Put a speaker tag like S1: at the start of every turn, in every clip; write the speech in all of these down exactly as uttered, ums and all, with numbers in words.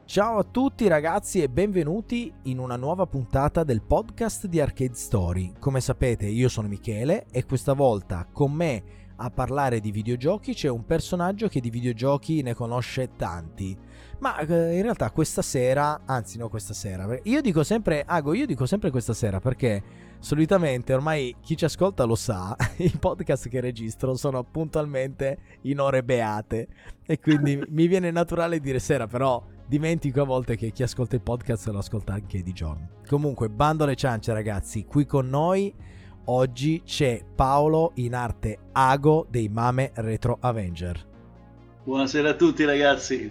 S1: Ciao a tutti ragazzi e benvenuti in una nuova puntata del podcast di Arcade Story. Come sapete io sono Michele e questa volta con me a parlare di videogiochi c'è un personaggio che di videogiochi ne conosce tanti. Ma eh, in realtà questa sera, anzi no questa sera, io dico sempre, Ago, io dico sempre questa sera perché solitamente ormai chi ci ascolta lo sa, i podcast che registro sono puntualmente in ore beate e quindi mi viene naturale dire sera, però dimentico a volte che chi ascolta il podcast lo ascolta anche di giorno. Comunque, bando alle ciance ragazzi, qui con noi oggi c'è Paolo in arte Ago dei Mame Retro Avenger.
S2: Buonasera a tutti ragazzi.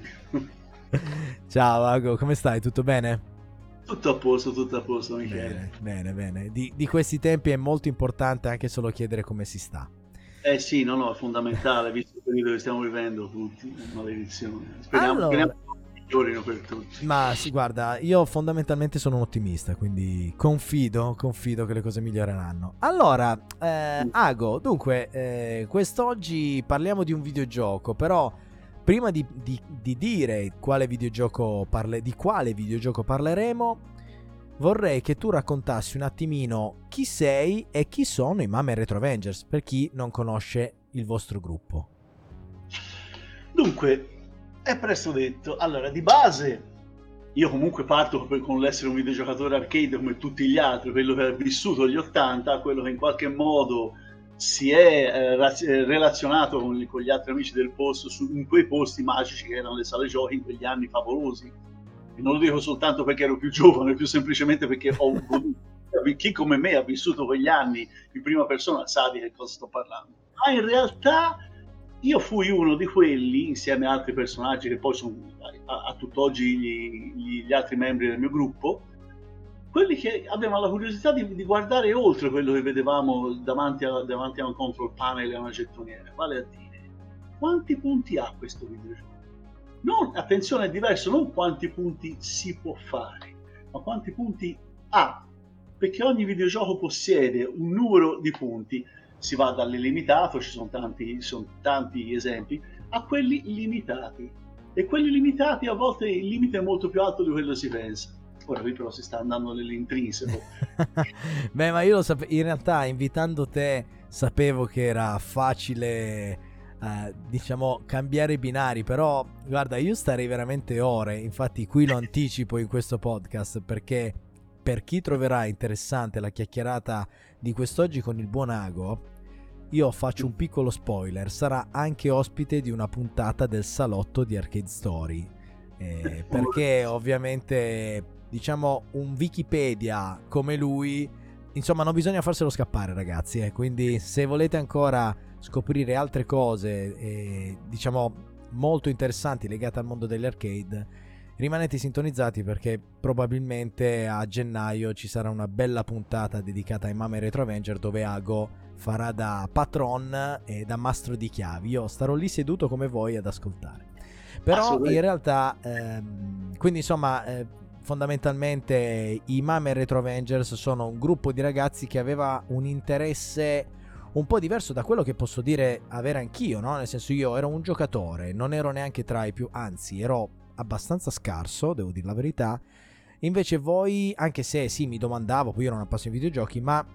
S1: Ciao Ago, come stai? Tutto bene?
S2: Tutto a posto, tutto a posto Michele.
S1: Bene, bene, bene. Di, di questi tempi è molto importante anche solo chiedere come si sta.
S2: Eh sì, no, no, è fondamentale, visto il periodo che stiamo vivendo tutti, maledizione. Speriamo,
S1: Allora,
S2: speriamo che migliorino per tutti.
S1: ma sì, guarda, io fondamentalmente sono un ottimista, quindi confido, confido che le cose miglioreranno. Allora, eh, Ago, dunque, eh, quest'oggi parliamo di un videogioco, però prima di, di, di dire quale videogioco parle, di quale videogioco parleremo, vorrei che tu raccontassi un attimino chi sei e chi sono i Mame Retro Avengers, per chi non conosce il vostro gruppo.
S2: Dunque, è presto detto. Allora, di base, io comunque parto con l'essere un videogiocatore arcade come tutti gli altri, quello che ha vissuto gli ottanta, quello che in qualche modo si è eh, raz- relazionato con, con gli altri amici del posto su, in quei posti magici che erano le sale giochi in quegli anni favolosi. E non lo dico soltanto perché ero più giovane, più semplicemente perché ho chi come me ha vissuto quegli anni in prima persona sa di che cosa sto parlando. Ma in realtà io fui uno di quelli, insieme a altri personaggi che poi sono a, a tutt'oggi gli, gli, gli altri membri del mio gruppo, quelli che avevano la curiosità di, di guardare oltre quello che vedevamo davanti a, davanti a un control panel e a una gettoniera, vale a dire quanti punti ha questo videogioco. Non, attenzione, è diverso, non quanti punti si può fare, ma quanti punti ha, perché ogni videogioco possiede un numero di punti, si va dall'illimitato, ci sono tanti, sono tanti esempi, a quelli limitati, e quelli limitati a volte il limite è molto più alto di quello che si pensa. Ora qui però si sta andando nell'intrinseco.
S1: Beh, ma io lo sapevo, in realtà invitando te sapevo che era facile, eh, diciamo, cambiare i binari, però guarda, io starei veramente ore, infatti qui lo anticipo in questo podcast perché per chi troverà interessante la chiacchierata di quest'oggi con il buon Ago, io faccio un piccolo spoiler, sarà anche ospite di una puntata del salotto di Arcade Story, eh, perché ovviamente diciamo un Wikipedia come lui, insomma non bisogna farselo scappare ragazzi, eh. Quindi se volete ancora scoprire altre cose eh, diciamo molto interessanti legate al mondo delle arcade, rimanete sintonizzati perché probabilmente a gennaio ci sarà una bella puntata dedicata ai Mame Retro Avenger dove Ago farà da patron e da mastro di chiavi. Io starò lì seduto come voi ad ascoltare. Però in realtà ehm, quindi insomma eh, fondamentalmente i Mame Retro Avengers sono un gruppo di ragazzi che aveva un interesse un po' diverso da quello che posso dire avere anch'io, no? Nel senso, io ero un giocatore, non ero neanche tra i più, anzi ero abbastanza scarso, devo dire la verità. Invece voi, anche se sì, mi domandavo, poi io ero una passione di videogiochi, ma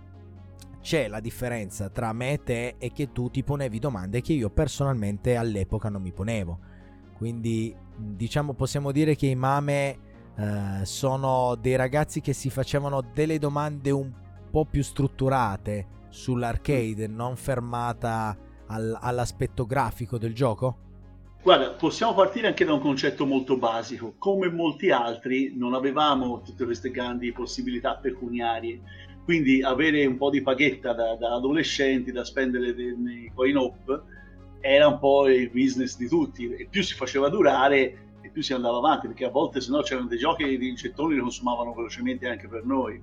S1: c'è la differenza tra me e te è che tu ti ponevi domande che io personalmente all'epoca non mi ponevo. Quindi diciamo possiamo dire che i Mame eh, sono dei ragazzi che si facevano delle domande un po' più strutturate sull'arcade, non fermata al, all'aspetto grafico del gioco?
S2: Guarda, possiamo partire anche da un concetto molto basico. Come molti altri non avevamo tutte queste grandi possibilità pecuniarie, quindi avere un po' di paghetta da, da adolescenti da spendere nei coin op era un po' il business di tutti, e più si faceva durare e più si andava avanti, perché a volte se no c'erano dei giochi e i gettoni li consumavano velocemente anche per noi.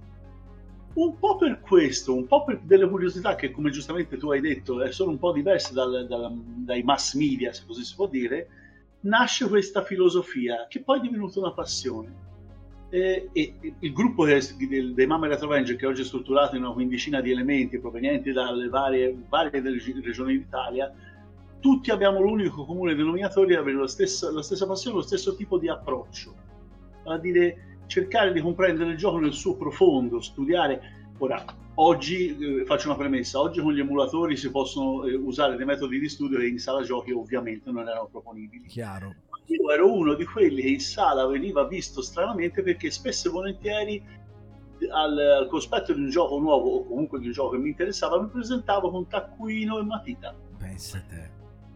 S2: Un po' per questo, un po' per delle curiosità che, come giustamente tu hai detto, sono un po' diverse dal, dal, dai mass media, se così si può dire, nasce questa filosofia che poi è divenuta una passione. E, e il gruppo che, dei Mame Retro Avenger, che oggi è strutturato in una quindicina di elementi provenienti dalle varie, varie regioni d'Italia, tutti abbiamo l'unico comune denominatore di avere la stessa, la stessa passione, lo stesso tipo di approccio. a dire cercare di comprendere il gioco nel suo profondo, studiare. Ora, oggi eh, faccio una premessa, oggi con gli emulatori si possono eh, usare dei metodi di studio che in sala giochi ovviamente non erano proponibili.
S1: Chiaro.
S2: Io ero uno di quelli che in sala veniva visto stranamente perché spesso e volentieri al, al cospetto di un gioco nuovo o comunque di un gioco che mi interessava mi presentavo con taccuino e matita.
S1: Pensa te.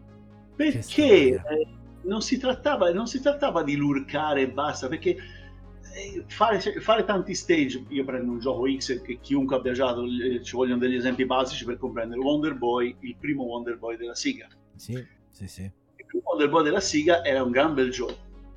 S2: Perché eh, non, si trattava, non si trattava di lurcare e basta, perché eh, fare, fare tanti stage, io prendo un gioco X che chiunque abbia giocato, eh, ci vogliono degli esempi basici per comprendere. Wonder Boy, il primo Wonder Boy della Sega.
S1: Sì, sì, sì.
S2: Il primo Wonder Boy della Sega era un gran bel gioco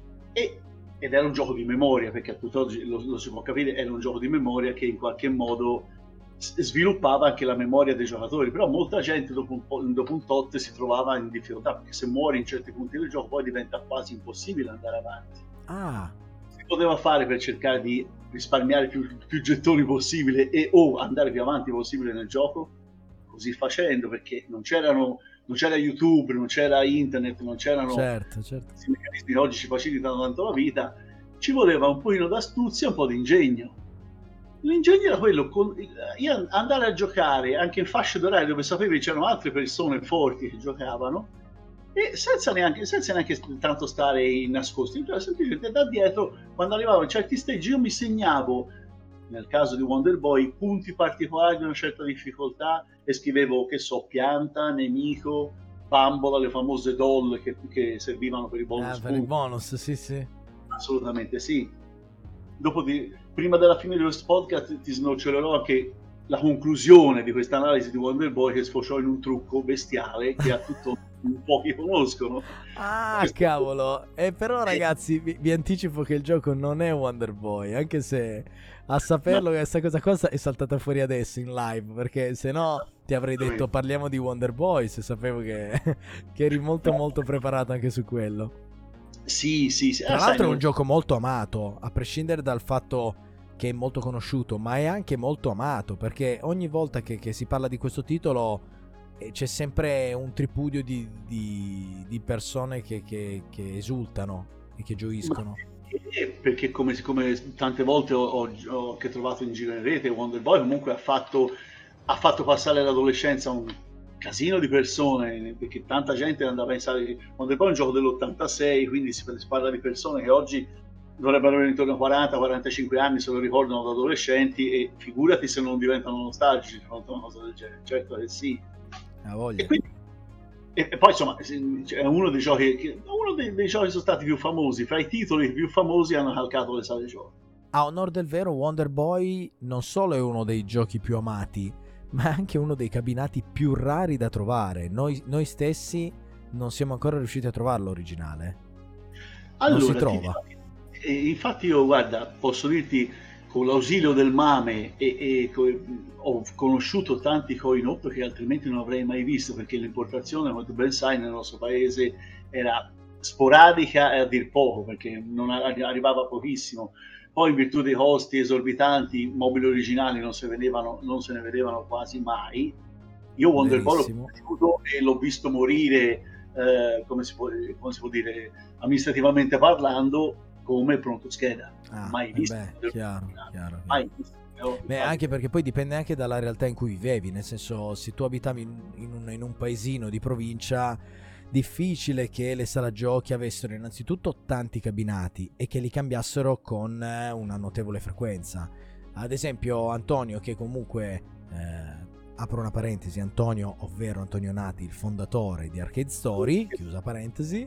S2: e, ed era un gioco di memoria, perché a tutt'oggi lo, lo si può capire, era un gioco di memoria che in qualche modo sviluppava anche la memoria dei giocatori, però molta gente dopo un, po', dopo un tot si trovava in difficoltà, perché se muori in certi punti del gioco poi diventa quasi impossibile andare avanti.
S1: Ah.
S2: Si poteva fare per cercare di risparmiare più, più gettoni possibile e o andare più avanti possibile nel gioco, così facendo, perché non c'erano non c'era YouTube, non c'era internet, non c'erano
S1: certo, certo.
S2: questi meccanismi che oggi ci facilitano tanto la vita, ci voleva un pochino d'astuzia e un po' di ingegno. L'ingegno era quello, con, io andare a giocare anche in fasce d'orario dove sapevi c'erano altre persone forti che giocavano e senza neanche, senza neanche tanto stare in nascosti, cioè semplicemente da dietro, quando arrivavo in certi stage io mi segnavo, nel caso di Wonder Boy, punti particolari di una certa difficoltà e scrivevo, che so, pianta, nemico, bambola, le famose doll che, che servivano per i bonus.
S1: Ah, per i bonus, sì, sì.
S2: Assolutamente sì. Dopo di, prima della fine di questo podcast ti snocciolerò anche la conclusione di questa analisi di Wonder Boy che sfociò in un trucco bestiale che a tutto un pochi conoscono.
S1: Ah,
S2: Questo...
S1: cavolo. E però ragazzi vi, vi anticipo che il gioco non è Wonder Boy, anche se a saperlo no. Che questa cosa qua è saltata fuori adesso in live, perché se no ti avrei detto parliamo di Wonder Boy, se sapevo che, che eri molto molto preparato anche su quello.
S2: Sì, sì, sì.
S1: Tra
S2: ah,
S1: l'altro
S2: sai,
S1: è un gioco molto amato, a prescindere dal fatto che è molto conosciuto, ma è anche molto amato, perché ogni volta che, che si parla di questo titolo eh, c'è sempre un tripudio di, di, di persone che, che, che esultano e che gioiscono.
S2: Ma perché come, come tante volte ho, ho, ho che trovato in giro in rete, Wonder Boy comunque ha fatto, ha fatto passare l'adolescenza a un casino di persone, perché tanta gente andava a pensare che Wonder Boy è un gioco dell'ottantasei, quindi si parla di persone che oggi dovrebbero avere intorno a quaranta quarantacinque anni, se lo ricordano da adolescenti, e figurati se non diventano nostalgici di fronte a una cosa del genere. Certo che sì.
S1: La voglia.
S2: E, quindi, e, e poi insomma è uno dei giochi che, uno dei, dei giochi sono stati più famosi, fra i titoli più famosi hanno calcato le sale giochi.
S1: A onor del vero, Wonder Boy non solo è uno dei giochi più amati, ma è anche uno dei cabinati più rari da trovare. Noi, noi stessi non siamo ancora riusciti a trovarlo originale.
S2: Allora,
S1: non si trova.
S2: Ti, infatti io, guarda, posso dirti, con l'ausilio del Mame e, e co- ho conosciuto tanti coin-op che altrimenti non avrei mai visto, perché l'importazione, come tu ben sai, nel nostro paese era sporadica e a dir poco, perché non arrivava pochissimo. Poi in virtù dei costi esorbitanti, mobili originali non se, vedevano, non se ne vedevano quasi mai. Io Wonder Boy l'ho conosciuto e l'ho visto morire, eh, come, si può, come si può dire, amministrativamente parlando, come pronto scheda.
S1: Ah,
S2: mai visto.
S1: Beh, chiaro, chiaro,
S2: mai visto.
S1: Beh, anche perché poi dipende anche dalla realtà in cui vivevi, nel senso, se tu abitavi in, in, un, in un paesino di provincia, difficile che le sala giochi avessero innanzitutto tanti cabinati e che li cambiassero con una notevole frequenza. Ad esempio Antonio, che comunque eh, apro una parentesi, Antonio, ovvero Antonio Nati, il fondatore di Arcade Story, chiusa parentesi,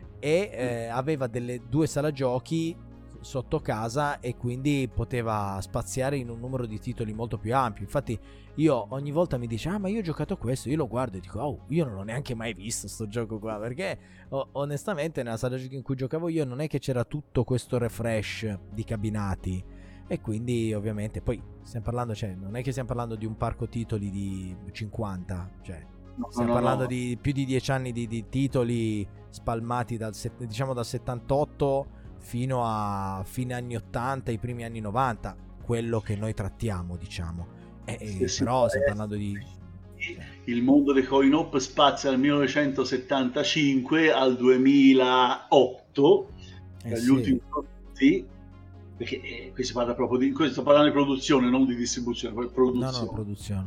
S1: e eh, aveva delle due sala giochi sotto casa e quindi poteva spaziare in un numero di titoli molto più ampio. Infatti io ogni volta mi dice ah ma io ho giocato a questo, io lo guardo e dico oh io non l'ho neanche mai visto sto gioco qua, perché oh, onestamente nella sala giochi in cui giocavo io non è che c'era tutto questo refresh di cabinati, e quindi ovviamente poi stiamo parlando, cioè non è che stiamo parlando di un parco titoli di cinquanta, cioè
S2: no,
S1: stiamo
S2: no,
S1: parlando
S2: no.
S1: di più di dieci anni di, di titoli spalmati dal diciamo dal settantotto fino a fine anni ottanta, i primi anni novanta, quello che noi trattiamo, diciamo. E,
S2: sì, sì,
S1: però
S2: sì,
S1: stiamo parlando di...
S2: Il mondo dei coin-op spazia dal millenovecentosettantacinque al duemilaotto,
S1: eh
S2: dagli
S1: sì.
S2: ultimi sì, perché eh, qui si parla proprio di, questo sto parlando di produzione, non di distribuzione, poi produzione.
S1: No, no, produzione.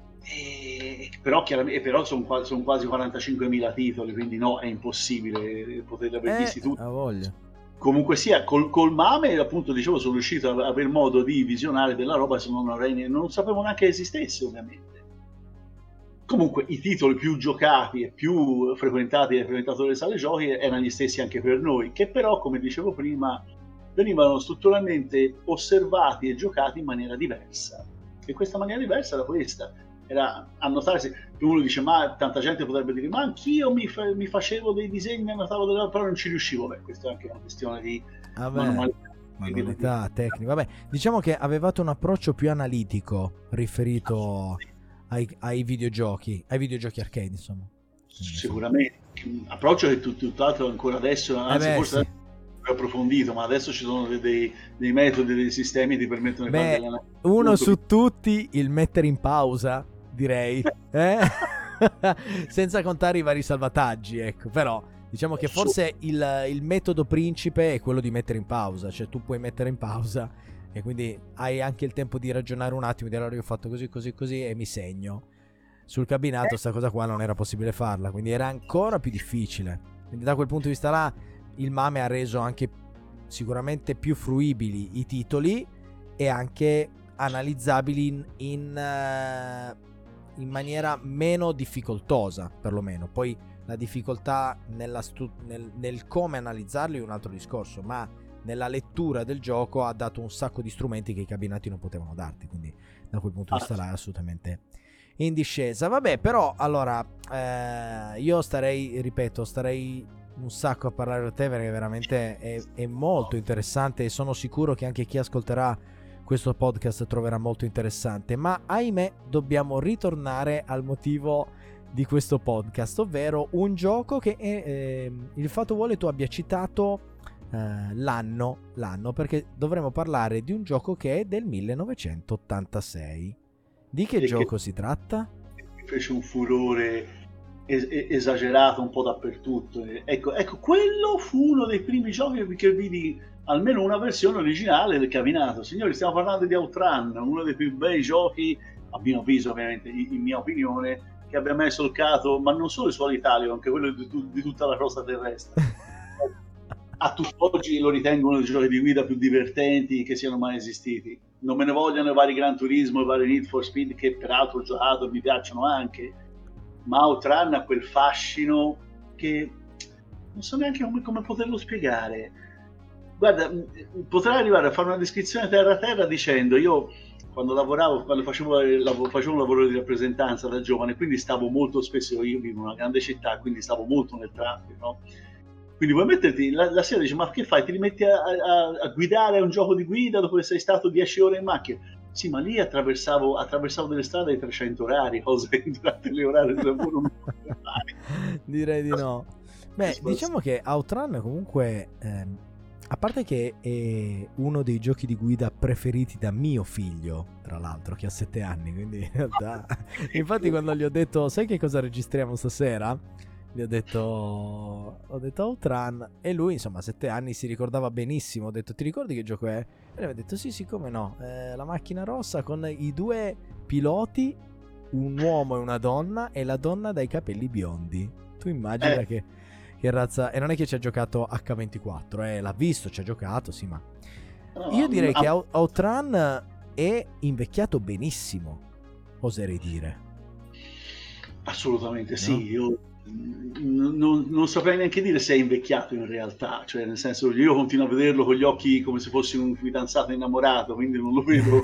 S2: E, però chiaramente però sono, sono quasi quarantacinquemila titoli, quindi no, è impossibile poterli aver
S1: Eh,
S2: visti tutti.
S1: a voglia.
S2: Comunque sia, col, col Mame, appunto, dicevo, sono riuscito a avere modo di visionare della roba, se non avrei, non sapevo neanche esistesse, ovviamente. Comunque i titoli più giocati e più frequentati dai frequentatori delle sale giochi erano gli stessi anche per noi, che però, come dicevo prima, venivano strutturalmente osservati e giocati in maniera diversa. E questa maniera diversa era questa, era annotare, se uno dice ma tanta gente potrebbe dire ma anch'io mi, fa, mi facevo dei disegni, annotavo delle, però non ci riuscivo. Beh, questa è anche una questione di
S1: ah manualità, manualità tecnica. Vabbè, diciamo che avevate un approccio più analitico riferito ai, ai videogiochi, ai videogiochi arcade, insomma.
S2: Sicuramente, un approccio che tutt'altro ancora adesso, anzi eh beh, forse sì. Approfondito, ma adesso ci sono dei, dei, dei metodi, dei sistemi che ti permettono di fare delle
S1: uno su più... tutti il mettere in pausa, direi, eh? Senza contare i vari salvataggi, ecco. Però diciamo che forse il, il metodo principe è quello di mettere in pausa, cioè tu puoi mettere in pausa e quindi hai anche il tempo di ragionare un attimo, di allora io ho fatto così così così e mi segno. Sul cabinato sta cosa qua non era possibile farla, quindi era ancora più difficile. Quindi da quel punto di vista là il Mame ha reso anche sicuramente più fruibili i titoli e anche analizzabili in, in, uh, in maniera meno difficoltosa, perlomeno. Poi la difficoltà nella stu- nel, nel come analizzarli è un altro discorso, ma nella lettura del gioco ha dato un sacco di strumenti che i cabinati non potevano darti, quindi da quel punto di vista là è assolutamente in discesa. Vabbè, però allora eh, io starei, ripeto, starei un sacco a parlare con te perché veramente è, è molto interessante e sono sicuro che anche chi ascolterà questo podcast troverà molto interessante, ma ahimè dobbiamo ritornare al motivo di questo podcast, ovvero un gioco che è, eh, il fatto vuole tu abbia citato eh, l'anno, l'anno perché dovremo parlare di un gioco che è del millenovecentottantasei. Di che e gioco che si tratta?
S2: Fece un furore es- esagerato un po' dappertutto. Ecco, ecco, quello fu uno dei primi giochi che vidi almeno una versione originale del cabinato. Signori, stiamo parlando di Outrun, uno dei più bei giochi, a mio avviso ovviamente, in mia opinione, che abbia mai solcato, ma non solo il suolo Italia, anche quello di, tu- di tutta la costa terrestre. A tutt'oggi lo ritengo uno dei giochi di guida più divertenti che siano mai esistiti. Non me ne vogliono i vari Gran Turismo, i vari Need for Speed, che peraltro ho giocato e mi piacciono anche, ma Outrun ha quel fascino che non so neanche come, come poterlo spiegare. Guarda, potrei arrivare a fare una descrizione terra terra dicendo: io quando lavoravo, quando facevo, facevo un lavoro di rappresentanza da giovane, quindi stavo molto spesso, io vivo in una grande città, quindi stavo molto nel traffico, no? Quindi vuoi metterti la, la sera, dici ma che fai? Ti rimetti a, a, a guidare a un gioco di guida dopo che sei stato dieci ore in macchina? Sì, ma lì attraversavo, attraversavo delle strade ai trecento orari, cose che durante le orari di lavoro non potevo fare.
S1: Direi di no. Beh, diciamo che Outrun comunque, ehm, a parte che è uno dei giochi di guida preferiti da mio figlio, tra l'altro, che ha sette anni, quindi in realtà... Infatti quando gli ho detto, sai che cosa registriamo stasera? Gli ho detto, ho detto Outrun, e lui insomma a sette anni si ricordava benissimo. Ho detto ti ricordi che gioco è? E lui mi ha detto sì sì come no, eh, la macchina rossa con i due piloti, un uomo e una donna, e la donna dai capelli biondi. Tu immagina eh. che, che razza, e non è che ci ha giocato acca ventiquattro, eh, l'ha visto, ci ha giocato, sì, ma no, io direi no. che Outrun è invecchiato benissimo, oserei dire.
S2: Assolutamente sì, no? Io Non, non saprei neanche dire se è invecchiato in realtà, cioè nel senso io continuo a vederlo con gli occhi come se fossi un fidanzato innamorato, quindi non lo vedo.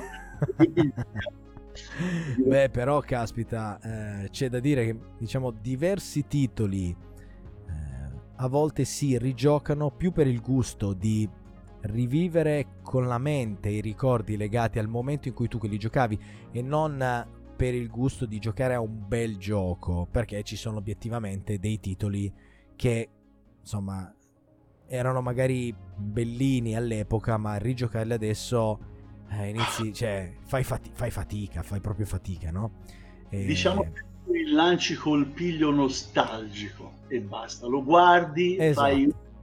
S1: Beh, però caspita, eh, c'è da dire che diciamo diversi titoli eh, a volte si rigiocano più per il gusto di rivivere con la mente i ricordi legati al momento in cui tu li giocavi e non per il gusto di giocare a un bel gioco, perché ci sono obiettivamente dei titoli che insomma erano magari bellini all'epoca, ma rigiocarli adesso eh, inizi, cioè fai, fati- fai fatica, fai proprio fatica, no? E...
S2: diciamo che lanci col piglio nostalgico e basta, lo guardi, esatto. Fai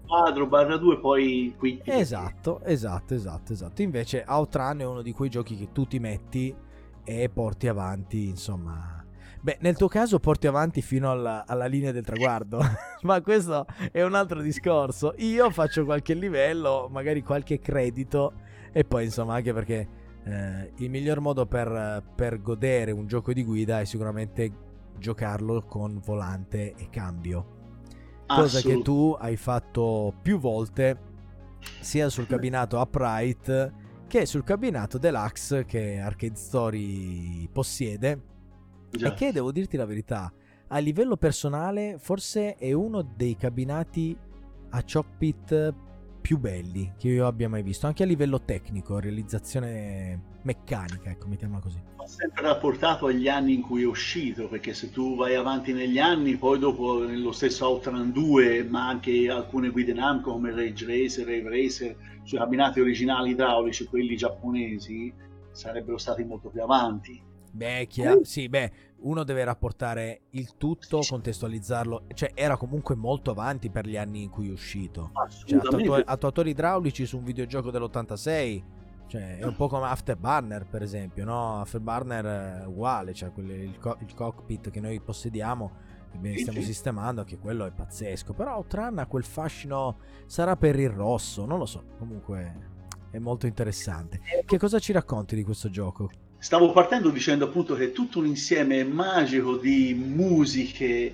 S2: quadro barra due, poi quitti.
S1: Esatto, esatto, esatto, esatto. Invece Outrun è uno di quei giochi che tu ti metti e porti avanti, insomma. Beh, nel tuo caso porti avanti fino alla, alla linea del traguardo, ma questo è un altro discorso. Io faccio qualche livello, magari qualche credito, e poi insomma, anche perché eh, il miglior modo per, per godere un gioco di guida è sicuramente giocarlo con volante e cambio. Cosa che tu hai fatto più volte sia sul cabinato upright che sul cabinato deluxe che Arcade Story possiede. Già. E che, devo dirti la verità, a livello personale forse è uno dei cabinati a cockpit più belli che io abbia mai visto, anche a livello tecnico, realizzazione meccanica, ecco, mettiamola così.
S2: Ho sempre rapportato agli anni in cui è uscito, perché se tu vai avanti negli anni, poi dopo nello stesso Outrun due, ma anche alcune guide Namco come Rage Racer, Rave Racer, sui cabinati originali idraulici, quelli giapponesi, sarebbero stati molto più avanti.
S1: Beh, chiaro, sì, beh, uno deve rapportare il tutto, contestualizzarlo, cioè era comunque molto avanti per gli anni in cui è uscito. Cioè, attuatori, attuatori idraulici su un videogioco dell'ottantasei, cioè è un po' come Afterburner, per esempio, no? Afterburner è uguale, cioè quelle, il, co- il cockpit che noi possediamo, che stiamo sistemando, che quello è pazzesco. Però Outrun ha quel fascino, sarà per il rosso, non lo so, comunque è molto interessante. Che cosa ci racconti di questo gioco?
S2: Stavo partendo dicendo appunto che è tutto un insieme magico di musiche,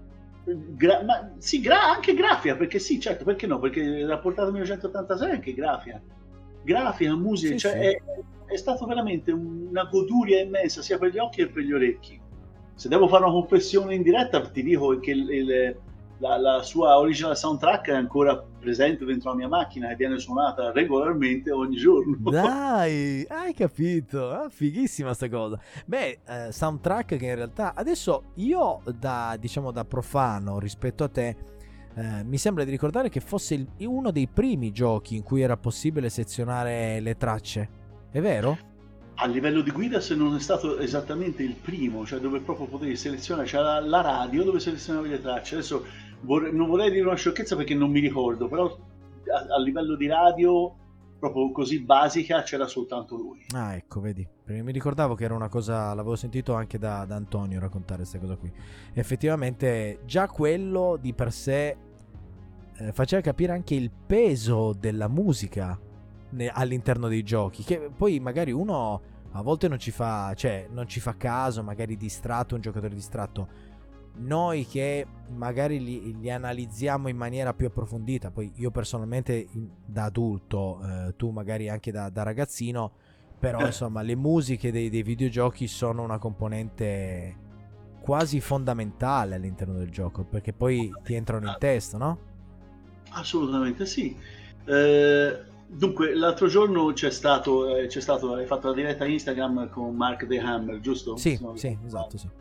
S2: gra- ma sì, gra- anche grafica, perché sì, certo, perché no? Perché rapportato al millenovecentottantasei anche grafica, grafica, musica,
S1: Sì,
S2: cioè
S1: sì.
S2: È, è stato veramente una goduria immensa sia per gli occhi che per gli orecchi. Se devo fare una confessione in diretta ti dico che il, il, la, la sua original soundtrack è ancora presente dentro la mia macchina e viene suonata regolarmente ogni giorno.
S1: Dai, hai capito? Ah, fighissima sta cosa. Beh, eh, soundtrack che in realtà adesso io da, diciamo, da profano rispetto a te, eh, mi sembra di ricordare che fosse il, uno dei primi giochi in cui era possibile sezionare le tracce. È vero?
S2: A livello di guida, se non è stato esattamente il primo, cioè dove proprio potevi selezionare, c'era la radio dove selezionavi le tracce. Adesso vorrei, non vorrei dire una sciocchezza perché non mi ricordo, però a, a livello di radio proprio così basica c'era soltanto lui.
S1: Ah, ecco, vedi, perché mi ricordavo che era una cosa, l'avevo sentito anche da, da Antonio raccontare questa cosa qui. Effettivamente già quello di per sé eh, faceva capire anche il peso della musica ne, all'interno dei giochi, che poi magari uno a volte non ci fa, cioè non ci fa caso, magari distratto, un giocatore distratto. Noi che magari li, li analizziamo in maniera più approfondita, poi io personalmente da adulto, eh, tu magari anche da, da ragazzino, però insomma le musiche dei, dei videogiochi sono una componente quasi fondamentale all'interno del gioco, perché poi ti entrano in testa, no?
S2: Assolutamente sì. Eh, dunque, l'altro giorno c'è stato, eh, c'è stato, hai fatto la diretta Instagram con Mark The Hammer, giusto?
S1: Sì, sì, esatto, sì.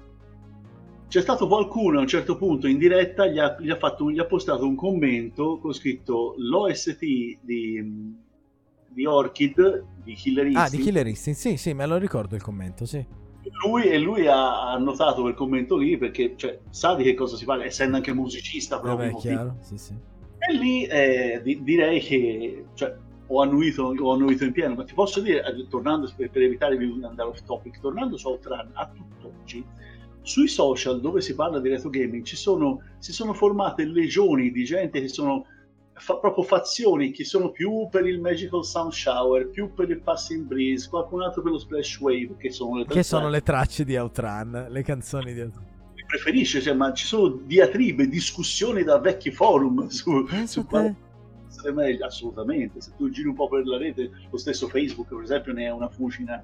S2: C'è stato qualcuno a un certo punto in diretta gli ha, gli ha, fatto, gli ha postato un commento con scritto l'O S T di, di Orchid, di Killer Instinct.
S1: Ah, di Killer Instinct, sì, sì, me lo ricordo il commento, sì.
S2: Lui, e lui ha, ha notato quel commento lì perché cioè, sa di che cosa si parla, essendo anche musicista.
S1: Vabbè, chiaro, sì, sì.
S2: E lì eh, di, direi che cioè, ho annuito, ho annuito in pieno, ma ti posso dire, tornando per, per evitare di andare off topic, tornando su Outrun a tutt'oggi, sui social dove si parla di retro gaming ci sono, si sono formate legioni di gente che sono fa, proprio fazioni, che sono più per il Magical Sound Shower, più per il Passing Breeze, qualcun altro per lo Splash Wave, che sono le,
S1: che sono le tracce di Outrun, le canzoni di Outrun.
S2: Preferisce, cioè, ma ci sono diatribe, discussioni da vecchi forum su, su quale essere meglio. Assolutamente, se tu giri un po' per la rete, lo stesso Facebook per esempio ne è una fucina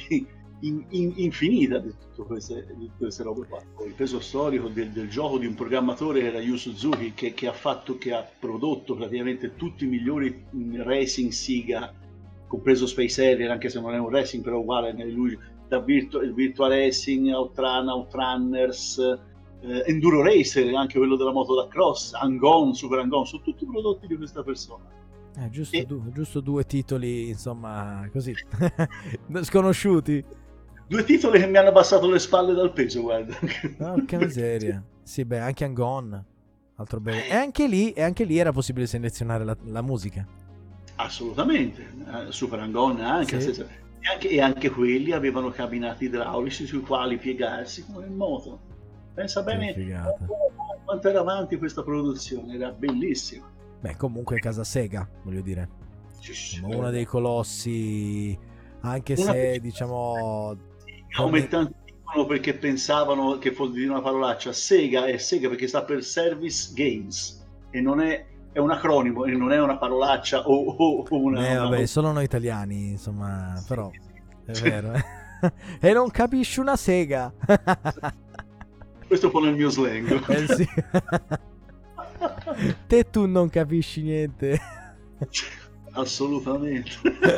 S2: in, in, infinita di tutte queste, di tutte queste robe qua. Il peso storico del, del gioco di un programmatore era Yu Suzuki, che, che ha fatto, che ha prodotto praticamente tutti i migliori racing Sega, compreso Space Harrier, anche se non è un racing, però uguale, lui da Virtua, Virtua Racing, Outrun, Outrunners, eh, Enduro Racer, anche quello della moto da cross, Hang-On, Super Hang-On, sono tutti prodotti di questa persona.
S1: Eh, giusto, e... du- giusto due titoli, insomma, così, sconosciuti.
S2: Due titoli che mi hanno abbassato le spalle dal peso, guarda.
S1: Porca miseria. Sì, beh, anche Hang-On. altro bel... E anche lì, e anche lì era possibile selezionare la, la musica.
S2: Assolutamente, eh, Super Hang-On anche,
S1: Sì.
S2: se- e anche, e anche quelli avevano cabinati idraulici sui quali piegarsi come in moto. Pensa
S1: Che
S2: bene
S1: figata.
S2: quanto, quanto era avanti questa produzione, era bellissima.
S1: Beh, comunque casa Sega, voglio dire.
S2: Sì, sì,
S1: Insomma, uno dei colossi, anche
S2: Una
S1: se
S2: precisa-
S1: diciamo
S2: come
S1: come-
S2: tanti dicono perché pensavano che fosse di una parolaccia. Sega è Sega perché sta per Service Games e non è, è un acronimo e non è una parolaccia o, o- o una,
S1: beh,
S2: una-
S1: vabbè, solo noi italiani, insomma,
S2: Sì,
S1: però è
S2: sì.
S1: vero. eh. E non capisci una sega.
S2: Questo è un po' nel mio slang.
S1: Eh sì. Te tu non capisci niente.
S2: Assolutamente.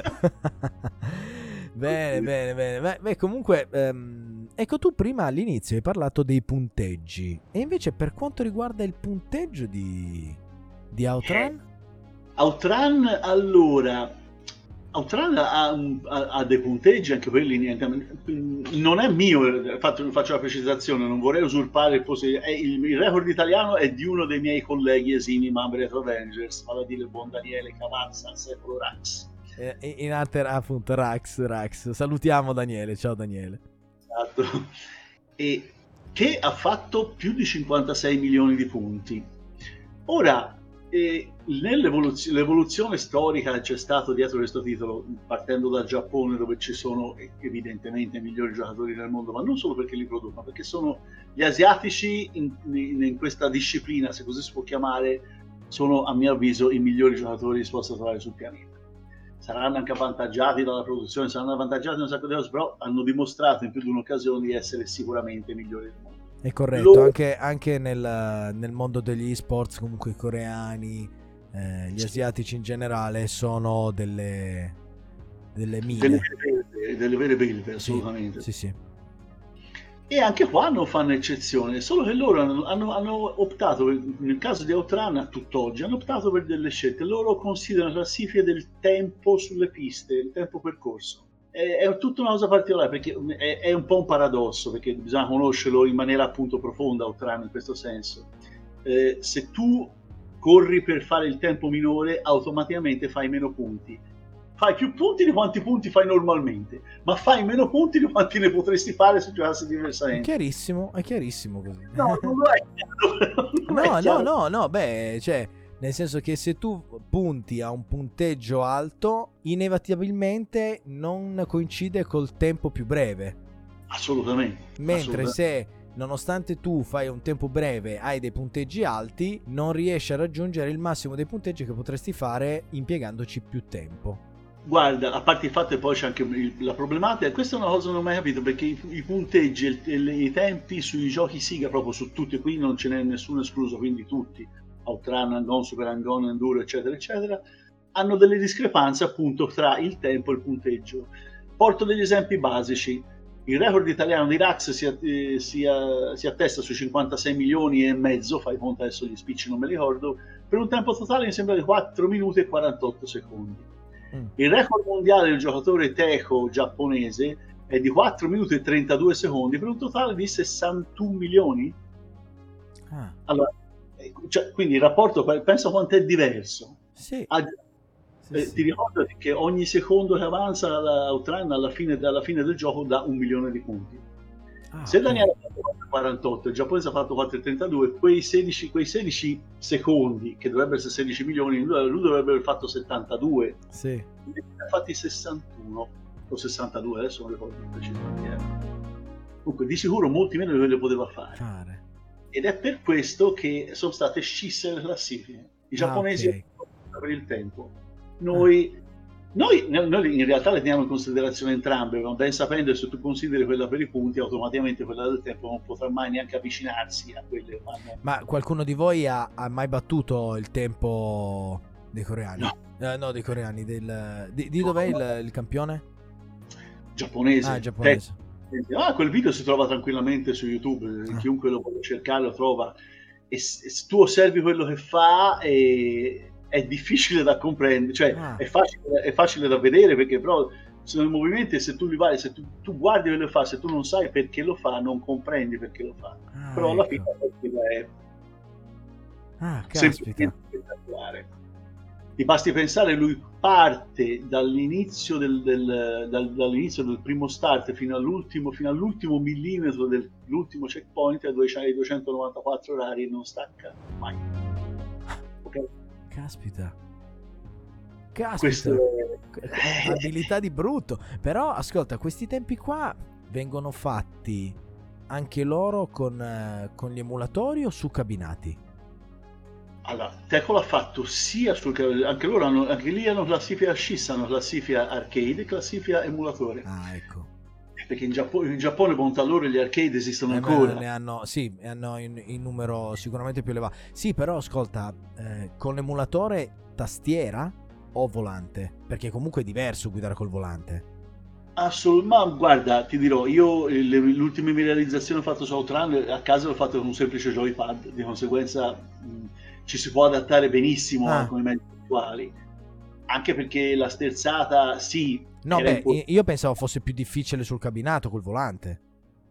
S1: Bene, bene, bene. Beh, beh, comunque, ehm, ecco, tu prima all'inizio hai parlato dei punteggi. E invece per quanto riguarda il punteggio di, di Outrun?
S2: Outrun, allora, Outrun ha, ha- ha dei punteggi, anche quelli niente, non è mio, faccio, faccio la precisazione, non vorrei usurpare il posto, è il, il record italiano è di uno dei miei colleghi esimi membri Retro Avengers, vale a dire il buon Daniele Cavazza, al secolo Rax.
S1: Eh, in arte, appunto, Rax, Rax. Salutiamo Daniele, ciao Daniele.
S2: Esatto. E che ha fatto più di cinquantasei milioni di punti. Ora, eh, nell'evoluzio- l'evoluzione storica che c'è stato dietro questo titolo, partendo dal Giappone, dove ci sono eh, evidentemente i migliori giocatori del mondo, ma non solo perché li producono, perché sono gli asiatici in, in- in questa disciplina, se così si può chiamare, sono a mio avviso i migliori giocatori che si possa trovare sul pianeta. Saranno anche avvantaggiati dalla produzione, saranno avvantaggiati da un sacco di cose, però hanno dimostrato in più di un'occasione di essere sicuramente i migliori del mondo.
S1: È corretto,
S2: Loro-
S1: anche, anche nel, nel mondo degli esports, comunque i coreani, eh, gli
S2: Sì.
S1: asiatici in generale sono delle, delle
S2: delle
S1: mine.
S2: vere belve, delle vere belve, assolutamente.
S1: Sì, sì.
S2: E anche qua non fanno eccezione, solo che loro hanno, hanno- hanno optato, per- nel caso di Outrun a tutt'oggi, hanno optato per delle scelte. Loro considerano la classifica del tempo sulle piste, il tempo percorso. È, è tutta una cosa particolare, perché è, è un po' un paradosso, perché bisogna conoscerlo in maniera appunto profonda, Outrun in questo senso. Eh, se tu corri per fare il tempo minore, automaticamente fai meno punti. Fai più punti di quanti punti fai normalmente, ma fai meno punti di quanti ne potresti fare se giocassi
S1: È
S2: diversamente.
S1: chiarissimo, è chiarissimo così.
S2: No, non lo è chiaro. Non
S1: No,
S2: è
S1: no,
S2: chiaro.
S1: no, no, beh, cioè, nel senso che se tu punti a un punteggio alto, inevitabilmente non coincide col tempo più breve.
S2: Assolutamente.
S1: Mentre
S2: assolutamente.
S1: se, nonostante tu fai un tempo breve, hai dei punteggi alti, non riesci a raggiungere il massimo dei punteggi che potresti fare impiegandoci più tempo.
S2: Guarda, a parte il fatto che poi c'è anche il- la problematica, questa è una cosa che non ho mai capito, perché i, i punteggi e il- e i tempi sui giochi Siga, proprio su tutti, qui non ce n'è nessuno escluso, quindi tutti, Outrun, Hang-On, Super Hang-On, Enduro, eccetera, eccetera, hanno delle discrepanze appunto tra il tempo e il punteggio. Porto degli esempi basici. Il record italiano di Rax si, eh, si, eh, si attesta sui cinquantasei milioni e mezzo, fai conto adesso gli spicci non me li ricordo, per un tempo totale mi sembra di quattro minuti e quarantotto secondi.
S1: Mm.
S2: Il record mondiale del giocatore teco giapponese è di quattro minuti e trentadue secondi per un totale di sessantuno milioni.
S1: Ah,
S2: Allora, eh, cioè, quindi il rapporto, penso quanto è diverso.
S1: sì.
S2: Ah,
S1: sì,
S2: eh,
S1: sì.
S2: Ti ricordo che ogni secondo che avanza l'Outrun alla fine, alla fine del gioco dà un milione di punti.
S1: Ah,
S2: Se
S1: ok.
S2: Daniele ha fatto quattro virgola quarantotto, il giapponese ha fatto quattro virgola trentadue, quei sedici, quei sedici secondi, che dovrebbero essere sedici milioni, lui, lui dovrebbe aver fatto settantadue,
S1: Sì.
S2: ne ha fatti sessantuno o sessantadue, adesso non ricordo precisamente. Comunque di sicuro molti meno di quelli che poteva fare.
S1: Fare.
S2: Ed è per questo che sono state scisse le classifiche. I giapponesi
S1: Ah, ok.
S2: hanno per il tempo. Noi, noi, noi in realtà le teniamo in considerazione entrambe, ma ben sapendo che se tu consideri quella per i punti, automaticamente quella del tempo non potrà mai neanche avvicinarsi a quelle che fanno.
S1: Ma qualcuno di voi ha, ha mai battuto il tempo dei coreani?
S2: No.
S1: Eh, no, dei coreani. Del, di, di dov'è il, il campione?
S2: Giapponese.
S1: Ah, giapponese.
S2: Te- Ah, quel video si trova tranquillamente su YouTube,
S1: Ah.
S2: chiunque lo vuole cercare lo trova. E se se tu osservi quello che fa, e è difficile da comprendere, cioè
S1: Ah.
S2: è, facile, è facile da vedere, perché però sono i movimenti e se tu li vai, se tu, tu guardi quello che fa, se tu non sai perché lo fa, non comprendi perché lo fa.
S1: Ah,
S2: Però alla
S1: ecco.
S2: fine quella è,
S1: Ah, caspita.
S2: Semplicemente spettacolare. Ti basti pensare, lui parte dall'inizio del, del, dal, dall'inizio del primo start fino all'ultimo, fino all'ultimo millimetro dell'ultimo checkpoint ai duecentonovantaquattro orari e non stacca mai. Okay?
S1: Caspita. Caspita.
S2: Questo
S1: è... abilità di brutto. Però ascolta, questi tempi qua vengono fatti anche loro con, eh, con gli emulatori o su cabinati?
S2: Allora, Teco l'ha fatto sia sul, anche loro hanno, anche lì hanno classifica sciss, hanno classifica arcade e classifica emulatore.
S1: Ah, ecco.
S2: Perché in Giappone, in Giappone bontà loro gli arcade esistono
S1: eh
S2: ancora.
S1: Ne hanno, sì, hanno in, in numero sicuramente più elevato. Sì, però ascolta, eh, con l'emulatore tastiera o volante? Perché comunque è diverso guidare col volante.
S2: Assolutamente, ma guarda, ti dirò, io le, l'ultima mia realizzazione ho fatto su Outrun a casa l'ho fatto con un semplice joypad, di conseguenza mh, ci si può adattare benissimo
S1: ah.
S2: con i mezzi attuali, anche perché la sterzata sì.
S1: No, beh, import- io pensavo fosse più difficile sul cabinato col volante.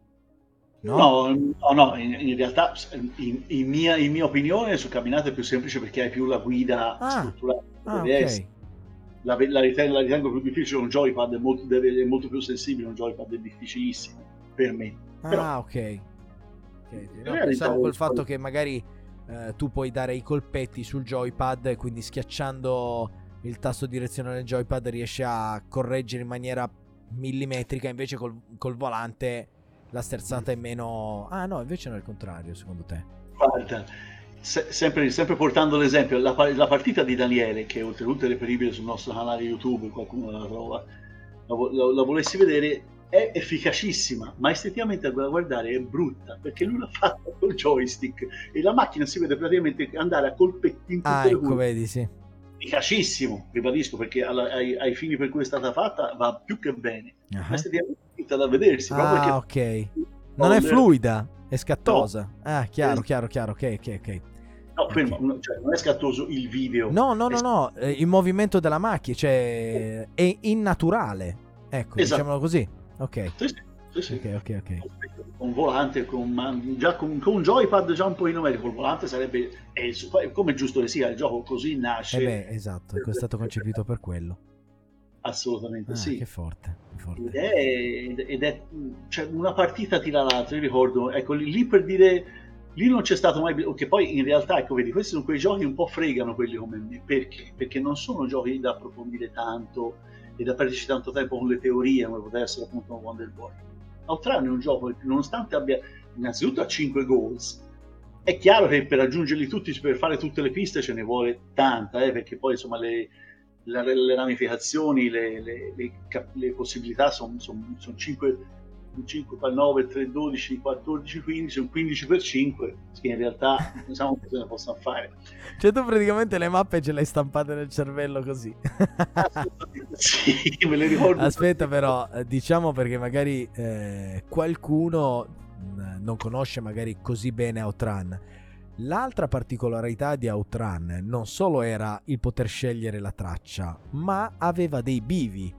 S1: No,
S2: no, no, no in, in realtà in, in, mia, in mia opinione sul cabinato è più semplice perché hai più la guida
S1: ah.
S2: strutturata.
S1: Ah, ok.
S2: La, la, ritengo, la ritengo più difficile, un joypad è molto, deve, è molto più sensibile, un joypad è difficilissimo per me. Però,
S1: ah, ok. okay. No, pensavo col fatto che magari eh, tu puoi dare i colpetti sul joypad e quindi schiacciando il tasto direzione del joypad riesci a correggere in maniera millimetrica, invece col, col volante la sterzata è meno... Ah no, invece non è il contrario, secondo te?
S2: Guarda, se, sempre, sempre portando l'esempio, la, la partita di Daniele, che oltretutto è reperibile sul nostro canale YouTube, qualcuno la trova, la, la, la volessi vedere, è efficacissima, ma esteticamente a guardare è brutta, perché lui l'ha fatta col joystick e la macchina si vede praticamente andare a colpetti in tutte
S1: ah,
S2: le
S1: ecco,
S2: curve.
S1: Vedi, sì.
S2: Efficacissimo, ribadisco, perché alla, ai, ai fini per cui è stata fatta va più che bene, uh-huh. ma esteticamente è brutta da vedersi.
S1: Ah,
S2: perché
S1: ok. Non è fluida, è scattosa. No. Ah, chiaro, chiaro, chiaro, ok, ok, ok.
S2: No, fermo, okay. Cioè, non è scattoso il video.
S1: No, no, no, no, eh, il movimento della macchina, cioè è innaturale. Ecco, esatto. Diciamolo così. Ok.
S2: Sì, sì, sì, sì.
S1: Ok, ok, ok.
S2: Con volante, con, man, già con, con un joypad già un po' numerico, col volante sarebbe, è, come è giusto che sia, il gioco così nasce.
S1: Eh beh, esatto, è stato concepito per quello.
S2: Assolutamente
S1: ah,
S2: sì.
S1: Che forte, che forte.
S2: Ed è, ed è cioè, una partita tira l'altra, io ricordo, ecco, lì, lì per dire, lì non c'è stato mai, che poi in realtà, ecco, vedi, questi sono quei giochi un po' fregano quelli come me, perché? Perché non sono giochi da approfondire tanto e da perderci tanto tempo con le teorie, come poteva essere appunto un Wonder Boy. Outrun è un gioco che nonostante abbia innanzitutto ha cinque goals, è chiaro che per raggiungerli tutti, per fare tutte le piste ce ne vuole tanta, eh, perché poi insomma le, le, le ramificazioni, le, le, le, le possibilità sono son, son cinque, cinque per nove, tre, dodici, quattordici, quindici, un quindici per cinque, che in realtà non sappiamo che se ne possano fare.
S1: Cioè tu praticamente le mappe ce le hai stampate nel cervello così.
S2: Sì, me le ricordo.
S1: Aspetta però, diciamo, perché magari eh, qualcuno mh, non conosce magari così bene Outrun. L'altra particolarità di Outrun non solo era il poter scegliere la traccia, ma aveva dei bivi.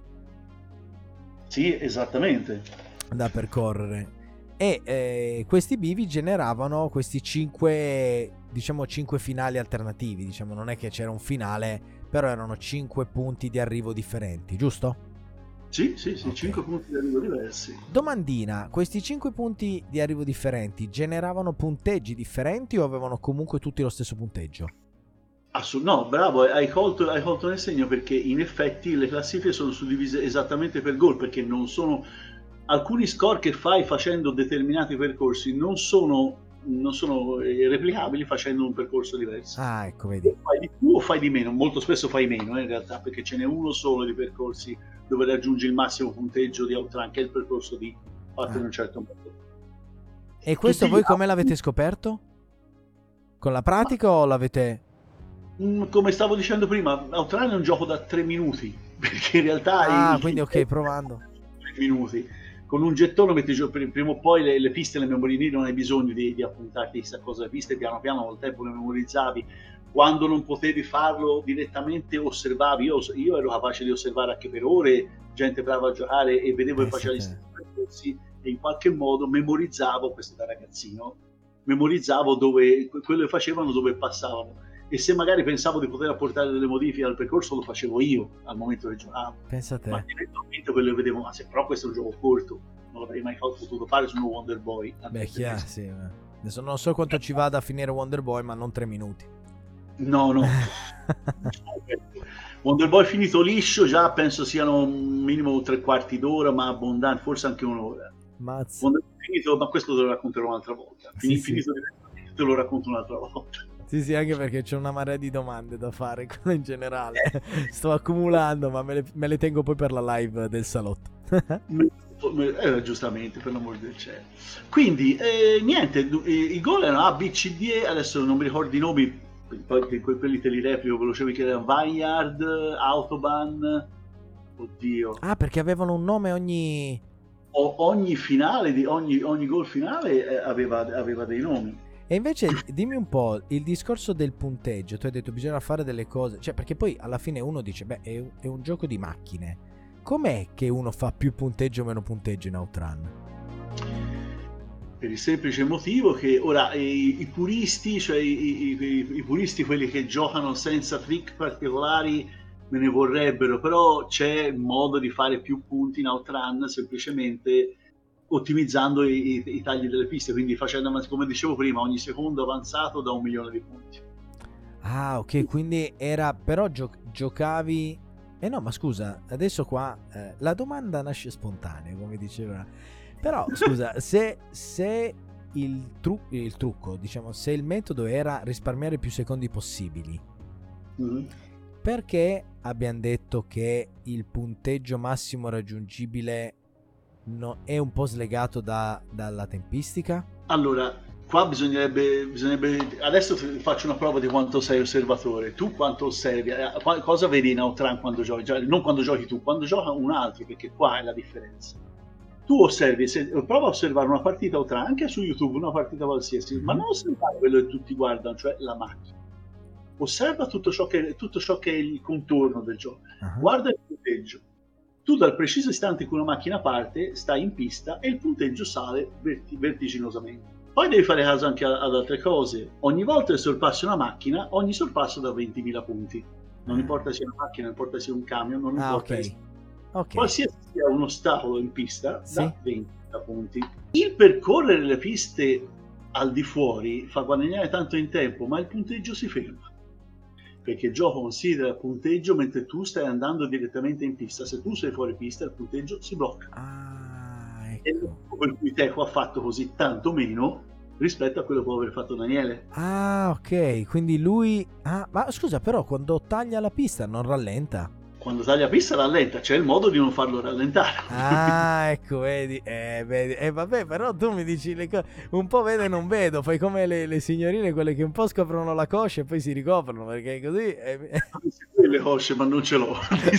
S2: Sì, esattamente.
S1: Da percorrere. E eh, questi bivi generavano questi cinque, diciamo, cinque finali alternativi. Diciamo, non è che c'era un finale, però erano cinque punti di arrivo differenti, giusto?
S2: Sì, sì, sì, okay. cinque punti di arrivo diversi.
S1: Domandina, questi cinque punti di arrivo differenti generavano punteggi differenti o avevano comunque tutti lo stesso punteggio?
S2: Assolut- no, bravo, hai colto, hai colto nel segno, perché in effetti le classifiche sono suddivise esattamente per gol, perché non sono... Alcuni score che fai facendo determinati percorsi non sono, non sono replicabili facendo un percorso diverso.
S1: Ah, ecco, vedi.
S2: O fai di più o fai di meno, molto spesso fai meno eh, in realtà, perché ce n'è uno solo di percorsi dove raggiungi il massimo punteggio di Outrun, che è il percorso di fatto ah. in un certo modo.
S1: E questo Tutti voi come l'avete scoperto? Con la pratica o l'avete...
S2: Come stavo dicendo prima, Outrun è un gioco da tre minuti, perché in realtà...
S1: Ah,
S2: il...
S1: quindi ok, provando.
S2: tre minuti. Con un gettone metti giù, prima o poi le, le piste, le memorie, non hai bisogno di, di appuntarti chissà cosa le piste, piano piano col tempo le memorizzavi. Quando non potevi farlo direttamente osservavi, io, io ero capace di osservare anche per ore gente brava a giocare e vedevo che faceva gli stessi percorsi e in qualche modo memorizzavo, questo da ragazzino, memorizzavo dove, quello che facevano, dove passavano. E se magari pensavo di poter apportare delle modifiche al percorso, lo facevo io al momento che giocavo.
S1: Pensa a te.
S2: Ma eventualmente quello che vedevo, ma se però questo è un gioco corto, non l'avrei mai potuto fare su un Wonder Boy.
S1: Beh, chiaro, sì. Adesso non so quanto ci vada a finire Wonder Boy, ma non tre minuti.
S2: No, no. Wonder Boy finito liscio, già penso siano un minimo tre quarti d'ora, ma abbondante, forse anche un'ora.
S1: Mazza.
S2: Wonder Boy finito, ma questo te lo racconterò un'altra volta.
S1: Sì,
S2: finito
S1: sì.
S2: Te lo racconto un'altra volta.
S1: Sì, sì, anche perché c'è una marea di domande da fare in generale. Sto accumulando, ma me le, me le tengo poi per la live del salotto.
S2: Eh, giustamente, per l'amor del cielo. Quindi, eh, niente, i gol erano A, B, C, D, E, adesso non mi ricordo i nomi, poi quelli te li replico velocemente, che erano Vineyard, Autobahn, oddio.
S1: Ah, perché avevano un nome ogni...
S2: O, ogni finale, di ogni, ogni gol finale eh, aveva, aveva dei nomi.
S1: E invece dimmi un po', il discorso del punteggio, tu hai detto bisogna fare delle cose, cioè perché poi alla fine uno dice, beh, è, è un gioco di macchine, com'è che uno fa più punteggio o meno punteggio in Outrun?
S2: Per il semplice motivo che ora i, i puristi, cioè i, i, i puristi, quelli che giocano senza trick particolari, me ne vorrebbero, però c'è modo di fare più punti in Outrun semplicemente ottimizzando i, i, i tagli delle piste, quindi facendo, come dicevo prima, ogni secondo avanzato da un milione di punti.
S1: Ah, ok, quindi era, però gio- giocavi... Eh no, ma scusa, adesso qua eh, la domanda nasce spontanea, come diceva. Però, scusa, se, se il, tru- il trucco, diciamo, se il metodo era risparmiare più secondi possibili, mm-hmm. perché abbiamo detto che il punteggio massimo raggiungibile no, è un po' slegato da, dalla tempistica?
S2: Allora, qua bisognerebbe, bisognerebbe... Adesso faccio una prova di quanto sei osservatore. Tu quanto osservi? Cosa vedi in Outrun quando giochi? Non quando giochi tu, quando gioca un altro, perché qua è la differenza. Tu osservi, se, prova a osservare una partita Outrun, anche su YouTube, una partita qualsiasi, mm-hmm. ma non osservare quello che tutti guardano, cioè la macchina. Osserva tutto ciò che, tutto ciò che è il contorno del gioco. Uh-huh. Guarda il punteggio. Tu dal preciso istante in cui una macchina parte, stai in pista e il punteggio sale verti- vertiginosamente. Poi devi fare caso anche a, ad altre cose. Ogni volta che sorpassi una macchina, ogni sorpasso dà ventimila punti. Non importa sia una macchina, non importa sia un camion, non
S1: ah,
S2: importa.
S1: Okay. Okay.
S2: Qualsiasi sia un ostacolo in pista,
S1: sì.
S2: dà ventimila punti. Il percorrere le piste al di fuori fa guadagnare tanto in tempo, ma il punteggio si ferma. Perché il gioco considera il punteggio mentre tu stai andando direttamente in pista. Se tu sei fuori pista, il punteggio si blocca.
S1: Ah, ecco.
S2: E il motivo per cui Teco ha fatto così tanto meno rispetto a quello che può aver fatto Daniele.
S1: Ah, ok. Quindi lui... Ah, ma scusa, però quando taglia la pista non rallenta?
S2: Quando taglia la pista rallenta, c'è il modo di non farlo rallentare.
S1: Ah, ecco, vedi, eh, vedi, eh, vabbè, però tu mi dici le cose, un po' vede e non vedo, fai come le, le signorine, quelle che un po' scoprono la coscia e poi si ricoprono, perché così... Eh...
S2: le cosce, ma non ce l'ho.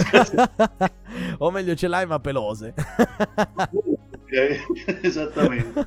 S1: O meglio ce l'hai ma pelose.
S2: Esattamente.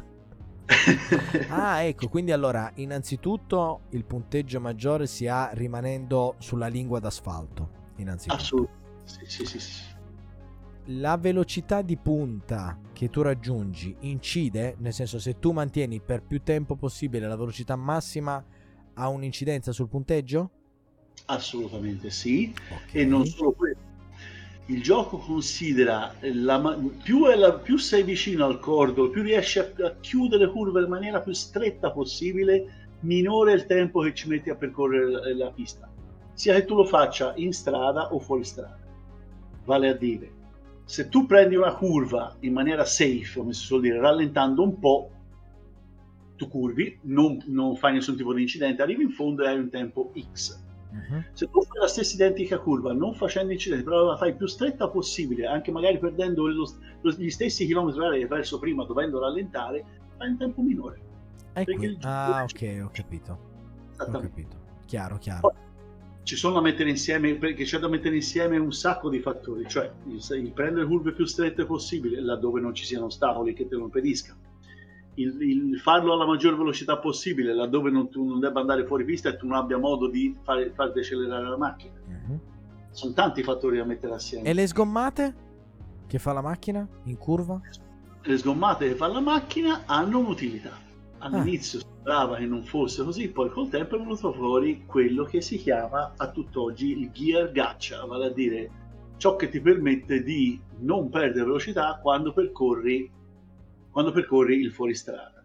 S1: Ah, ecco, quindi allora, innanzitutto il punteggio maggiore si ha rimanendo sulla lingua d'asfalto. Innanzitutto.
S2: Assolutamente. Sì, sì, sì, sì.
S1: La velocità di punta che tu raggiungi incide? Nel senso, se tu mantieni per più tempo possibile la velocità massima, ha un'incidenza sul punteggio?
S2: Assolutamente sì.
S1: Okay.
S2: E non solo questo. Il gioco considera la, più, è la, più sei vicino al cordo, più riesci a, a chiudere le curve in maniera più stretta possibile, minore è il tempo che ci metti a percorrere la, la pista. Sia che tu lo faccia in strada o fuori strada. Vale a dire, se tu prendi una curva in maniera safe, come si suol dire, rallentando un po', tu curvi, non, non fai nessun tipo di incidente, arrivi in fondo e hai un tempo X. Uh-huh. Se tu fai la stessa identica curva, non facendo incidenti, però la fai più stretta possibile, anche magari perdendo lo, lo, gli stessi chilometri orari che hai perso prima, dovendo rallentare, fai un tempo minore.
S1: Ecco. Ah, ok, ho capito. Ho capito. Chiaro, chiaro.
S2: Poi, ci sono da mettere insieme, perché c'è da mettere insieme un sacco di fattori, cioè il, il prendere curve più strette possibile, laddove non ci siano ostacoli che te lo impediscano, il, il farlo alla maggior velocità possibile, laddove non, tu non debba andare fuori pista e tu non abbia modo di fare, far decelerare la macchina. Uh-huh. Sono tanti fattori da mettere assieme.
S1: E le sgommate che fa la macchina in curva?
S2: Le sgommate che fa la macchina hanno un'utilità. all'inizio ah. sembrava che non fosse così, poi col tempo è venuto fuori quello che si chiama a tutt'oggi il gear gacha, vale a dire ciò che ti permette di non perdere velocità quando percorri, quando percorri il fuoristrada.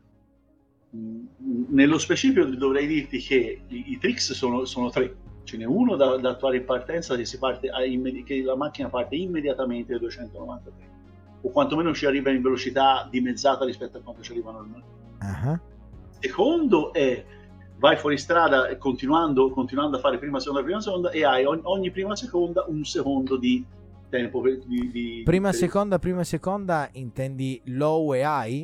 S2: Nello specifico dovrei dirti che i, i tricks sono, sono tre. Ce n'è uno da, da attuare in partenza, che, si parte a immedi- che la macchina parte immediatamente ai duecentonovantatré, o quantomeno ci arriva in velocità dimezzata rispetto a quanto ci arriva normalmente.
S1: Uh-huh.
S2: Secondo è vai fuori strada continuando, continuando a fare prima seconda prima seconda e hai ogni, ogni prima seconda un secondo di tempo per, di, di,
S1: prima
S2: di
S1: seconda prima seconda intendi low e high?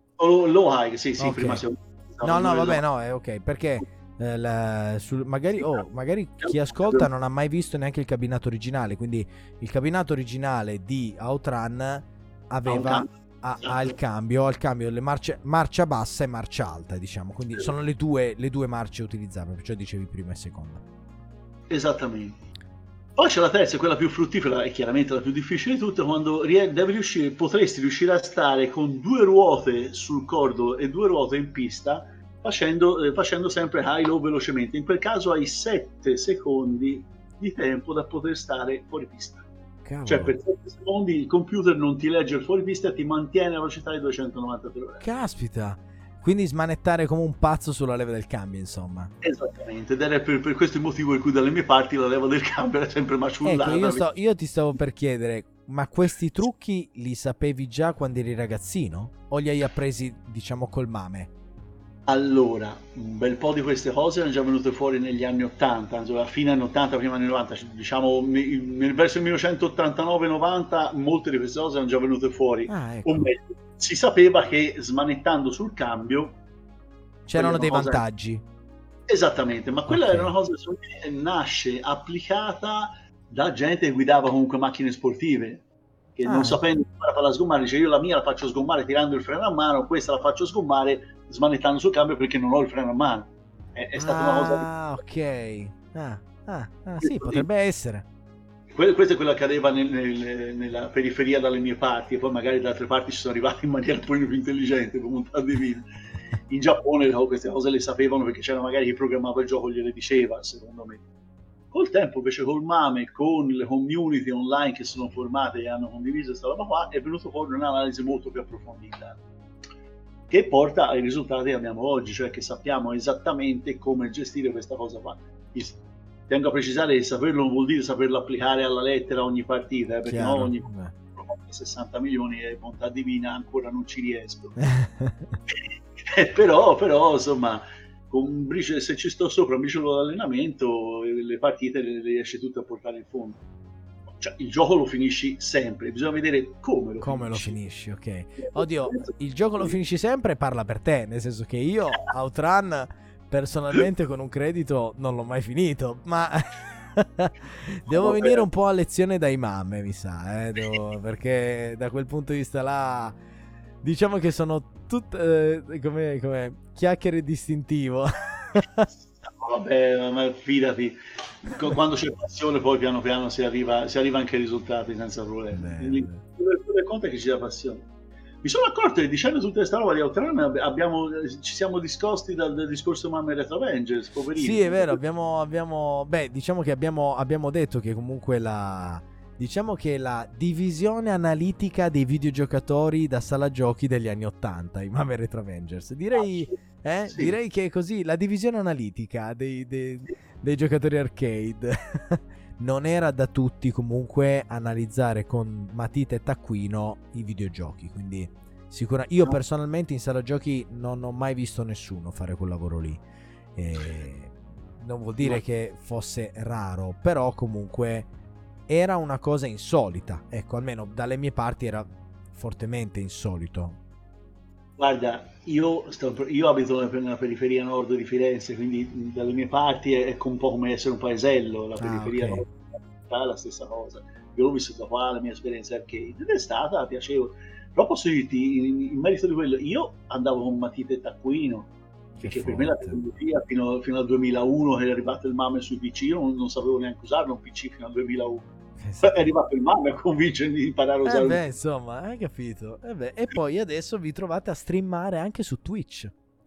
S2: o low high, sì sì,
S1: okay.
S2: Prima seconda.
S1: No no vabbè no è ok, perché eh, la, sul, magari, oh, magari chi ascolta non ha mai visto neanche il cabinato originale, quindi il cabinato originale di Outrun aveva ha, ha il cambio, ha il cambio le marce, marcia bassa e marcia alta, diciamo, quindi sono le due, le due marce utilizzabili, perciò dicevi prima e seconda.
S2: Esattamente. Poi c'è la terza, quella più fruttifera e chiaramente la più difficile di tutte, quando devi riuscire, potresti riuscire a stare con due ruote sul cordolo e due ruote in pista facendo, eh, facendo sempre high low velocemente. In quel caso hai sette secondi di tempo da poter stare fuori pista. Cavolo. Cioè per sette secondi il computer non ti legge il fuori pista e ti mantiene la velocità di duecentonovanta per ora.
S1: Caspita! Quindi smanettare come un pazzo sulla leva del cambio, insomma.
S2: Esattamente, ed è per, per questo il motivo per cui dalle mie parti la leva del cambio era sempre maciullata.
S1: Ecco, io, sto, io ti stavo per chiedere, ma questi trucchi li sapevi già quando eri ragazzino? O li hai appresi, diciamo, col mame?
S2: Allora, un bel po' di queste cose erano già venute fuori negli anni ottanta, anzi, alla fine anni ottanta, prima anni novanta, diciamo nel verso il millenovecentottantanove novanta, molte di queste cose erano già venute fuori.
S1: Ah, ecco.
S2: O meglio, si sapeva che smanettando sul cambio
S1: c'erano dei
S2: cosa...
S1: vantaggi.
S2: Esattamente, ma quella okay. era una cosa che nasce applicata da gente che guidava comunque macchine sportive, che ah. non sapendo come farla sgommare, dice io la mia la faccio sgommare tirando il freno a mano, questa la faccio sgommare smanettando sul cambio perché non ho il freno a mano. È, è stata
S1: ah,
S2: una cosa...
S1: Ah, ok. Ah, ah, ah sì, potrebbe essere.
S2: Questa è quella che accadeva nel, nel, nella periferia dalle mie parti, e poi magari da altre parti ci sono arrivati in maniera un po' più intelligente, per montare divino. In Giappone queste cose le sapevano perché c'era magari chi programmava il gioco gliele diceva, secondo me. Col tempo invece col mame, con le community online che sono formate e hanno condiviso questa roba qua, è venuto fuori un'analisi molto più approfondita, che porta ai risultati che abbiamo oggi, cioè che sappiamo esattamente come gestire questa cosa qua. Tengo a precisare che saperlo non vuol dire saperlo applicare alla lettera a ogni partita, eh, perché
S1: Chiaro,
S2: no, ogni sessanta milioni e bontà divina ancora non ci riesco. eh, però, però, insomma, con un briciolo, se ci sto sopra un briciolo d'allenamento, le partite le, le riesci tutte a portare in fondo. Cioè, il gioco lo finisci sempre, bisogna vedere come lo
S1: come
S2: finisci.
S1: lo finisci, ok. Oddio, il gioco lo finisci sempre parla per te, nel senso che io Outrun personalmente con un credito non l'ho mai finito, ma devo venire un po' a lezione dai mamme, mi sa, eh, devo, perché da quel punto di vista là diciamo che sono tutte eh, come, come chiacchiere distintivo.
S2: Vabbè, ma fidati, quando c'è passione poi piano piano si arriva, si arriva anche ai risultati senza problemi. Il conto è che ci sia passione. Mi sono accorto che dicendo tutta questa roba di Outrun abbiamo, ci siamo discosti dal, dal discorso Mamme Retro Avengers, poverini.
S1: Sì, è vero, abbiamo, abbiamo beh, diciamo che abbiamo, abbiamo detto che comunque la diciamo che la divisione analitica dei videogiocatori da sala giochi degli anni ottanta, i Mamme Retro Avengers. Direi, eh, sì. direi che è così, la divisione analitica dei, dei, dei giocatori arcade. Non era da tutti comunque analizzare con matita e taccuino i videogiochi, quindi sicura io no. personalmente in sala giochi non ho mai visto nessuno fare quel lavoro lì, e non vuol dire no. che fosse raro, però comunque era una cosa insolita, ecco, almeno dalle mie parti era fortemente insolito.
S2: Guarda, io, sto, io abito nella periferia nord di Firenze, quindi dalle mie parti è, è un po' come essere un paesello, la periferia ah, okay. nord è la stessa cosa. Io l'ho vissuta qua, la mia esperienza arcade, ed è stata piacevole. Però posso dirti, in, in merito di quello, io andavo con matita e taccuino, che perché forte. Per me la tecnologia fino, fino al duemilauno, che è arrivato il mame sui P C, io non, non sapevo neanche usarlo un P C fino al duemilauno. Esatto. È arrivato il mame a convincermi di imparare a usare.
S1: Eh beh, insomma, hai capito. Eh beh. E poi adesso vi trovate a streamare anche su Twitch, tra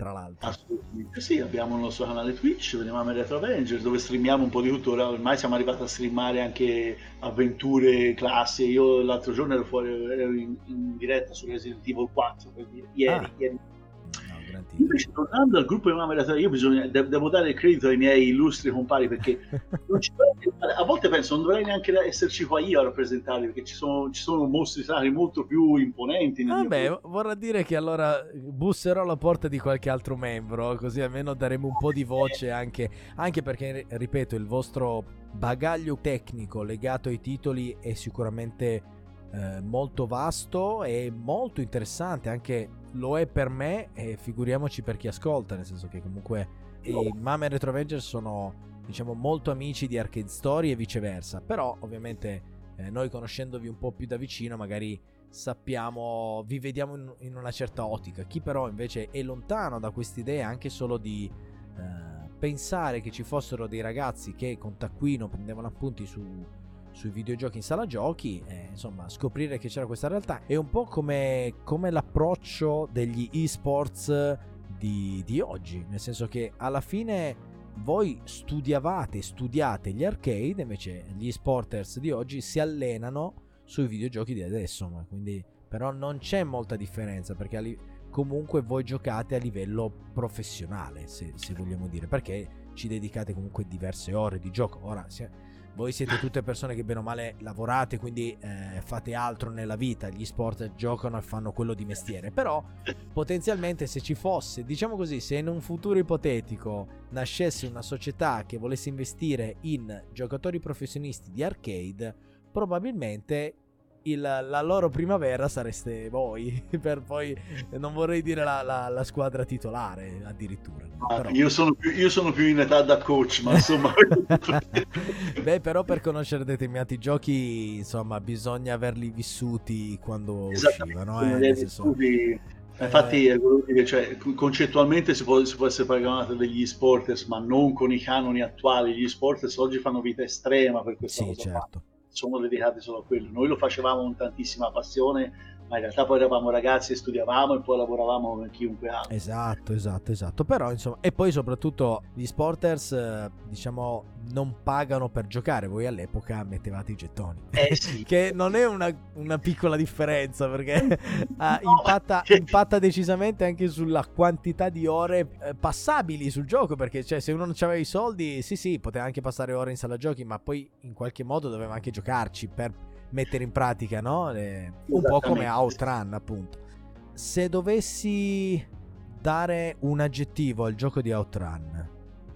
S1: tra l'altro.
S2: Assolutamente sì, abbiamo il nostro canale Twitch, veniamo Retro Avengers, dove streamiamo un po' di tutto. Ora ormai siamo arrivati a streamare anche avventure classiche. Io l'altro giorno ero fuori, ero in, in diretta su Resident Evil quattro, per dire, ieri,
S1: Ah,
S2: ieri.
S1: no, gran titolo.
S2: Invece tornando al gruppo di Mamma Retro, io bisogna, de- devo dare il credito ai miei illustri compari, perché non ci dovrei- a volte penso non dovrei neanche esserci qua io a rappresentarli, perché ci sono, ci sono mostri sacri molto più imponenti nel mio
S1: Vabbè,
S2: gruppo.
S1: vorrà dire che allora busserò alla porta di qualche altro membro, così almeno daremo un po' di voce anche, anche perché, ripeto, il vostro bagaglio tecnico legato ai titoli è sicuramente eh, molto vasto e molto interessante, anche lo è per me e figuriamoci per chi ascolta, nel senso che comunque i Mame Retro Avengers sono, diciamo, molto amici di Arcade Story e viceversa, però ovviamente eh, noi conoscendovi un po' più da vicino magari sappiamo, vi vediamo in, in una certa ottica. Chi però invece è lontano da queste idee, anche solo di eh, pensare che ci fossero dei ragazzi che con taccuino prendevano appunti su, sui videogiochi in sala giochi, eh, insomma scoprire che c'era questa realtà è un po' come, come l'approccio degli esports di, di oggi, nel senso che alla fine voi studiavate, studiate gli arcade, invece gli esporters di oggi si allenano sui videogiochi di adesso, ma quindi però non c'è molta differenza, perché li, comunque voi giocate a livello professionale, se, se vogliamo dire, perché ci dedicate comunque diverse ore di gioco. Ora se, voi siete tutte persone che bene o male lavorate, quindi eh, fate altro nella vita, gli sport giocano e fanno quello di mestiere, però potenzialmente se ci fosse, diciamo così, se in un futuro ipotetico nascesse una società che volesse investire in giocatori professionisti di arcade, probabilmente il, la loro primavera sareste voi, per poi non vorrei dire la, la, la squadra titolare addirittura. Però...
S2: Io, sono più, io sono più in età da coach, ma insomma...
S1: Beh, però per conoscere determinati giochi, insomma, bisogna averli vissuti quando uscivano. Eh, nel senso...
S2: vissuti... Infatti, eh... cioè, concettualmente si può, si può essere paragonato degli sporters, ma non con i canoni attuali. Gli sporters oggi fanno vita estrema per questa
S1: sì,
S2: cosa
S1: certo.
S2: qua. Sono dedicati solo a quello. Noi lo facevamo con tantissima passione, ma in realtà poi eravamo ragazzi e studiavamo e poi lavoravamo come chiunque altro.
S1: Esatto, esatto, esatto. Però insomma, e poi soprattutto gli sporters, eh, diciamo, non pagano per giocare. Voi all'epoca mettevate i gettoni,
S2: eh sì.
S1: che non è una, una piccola differenza, perché ah, impatta, impatta decisamente anche sulla quantità di ore eh, passabili sul gioco, perché cioè se uno non aveva i soldi, sì sì, poteva anche passare ore in sala giochi, ma poi in qualche modo doveva anche giocarci per mettere in pratica, no? Le... un po' come Outrun, appunto. Se dovessi dare un aggettivo al gioco di Outrun,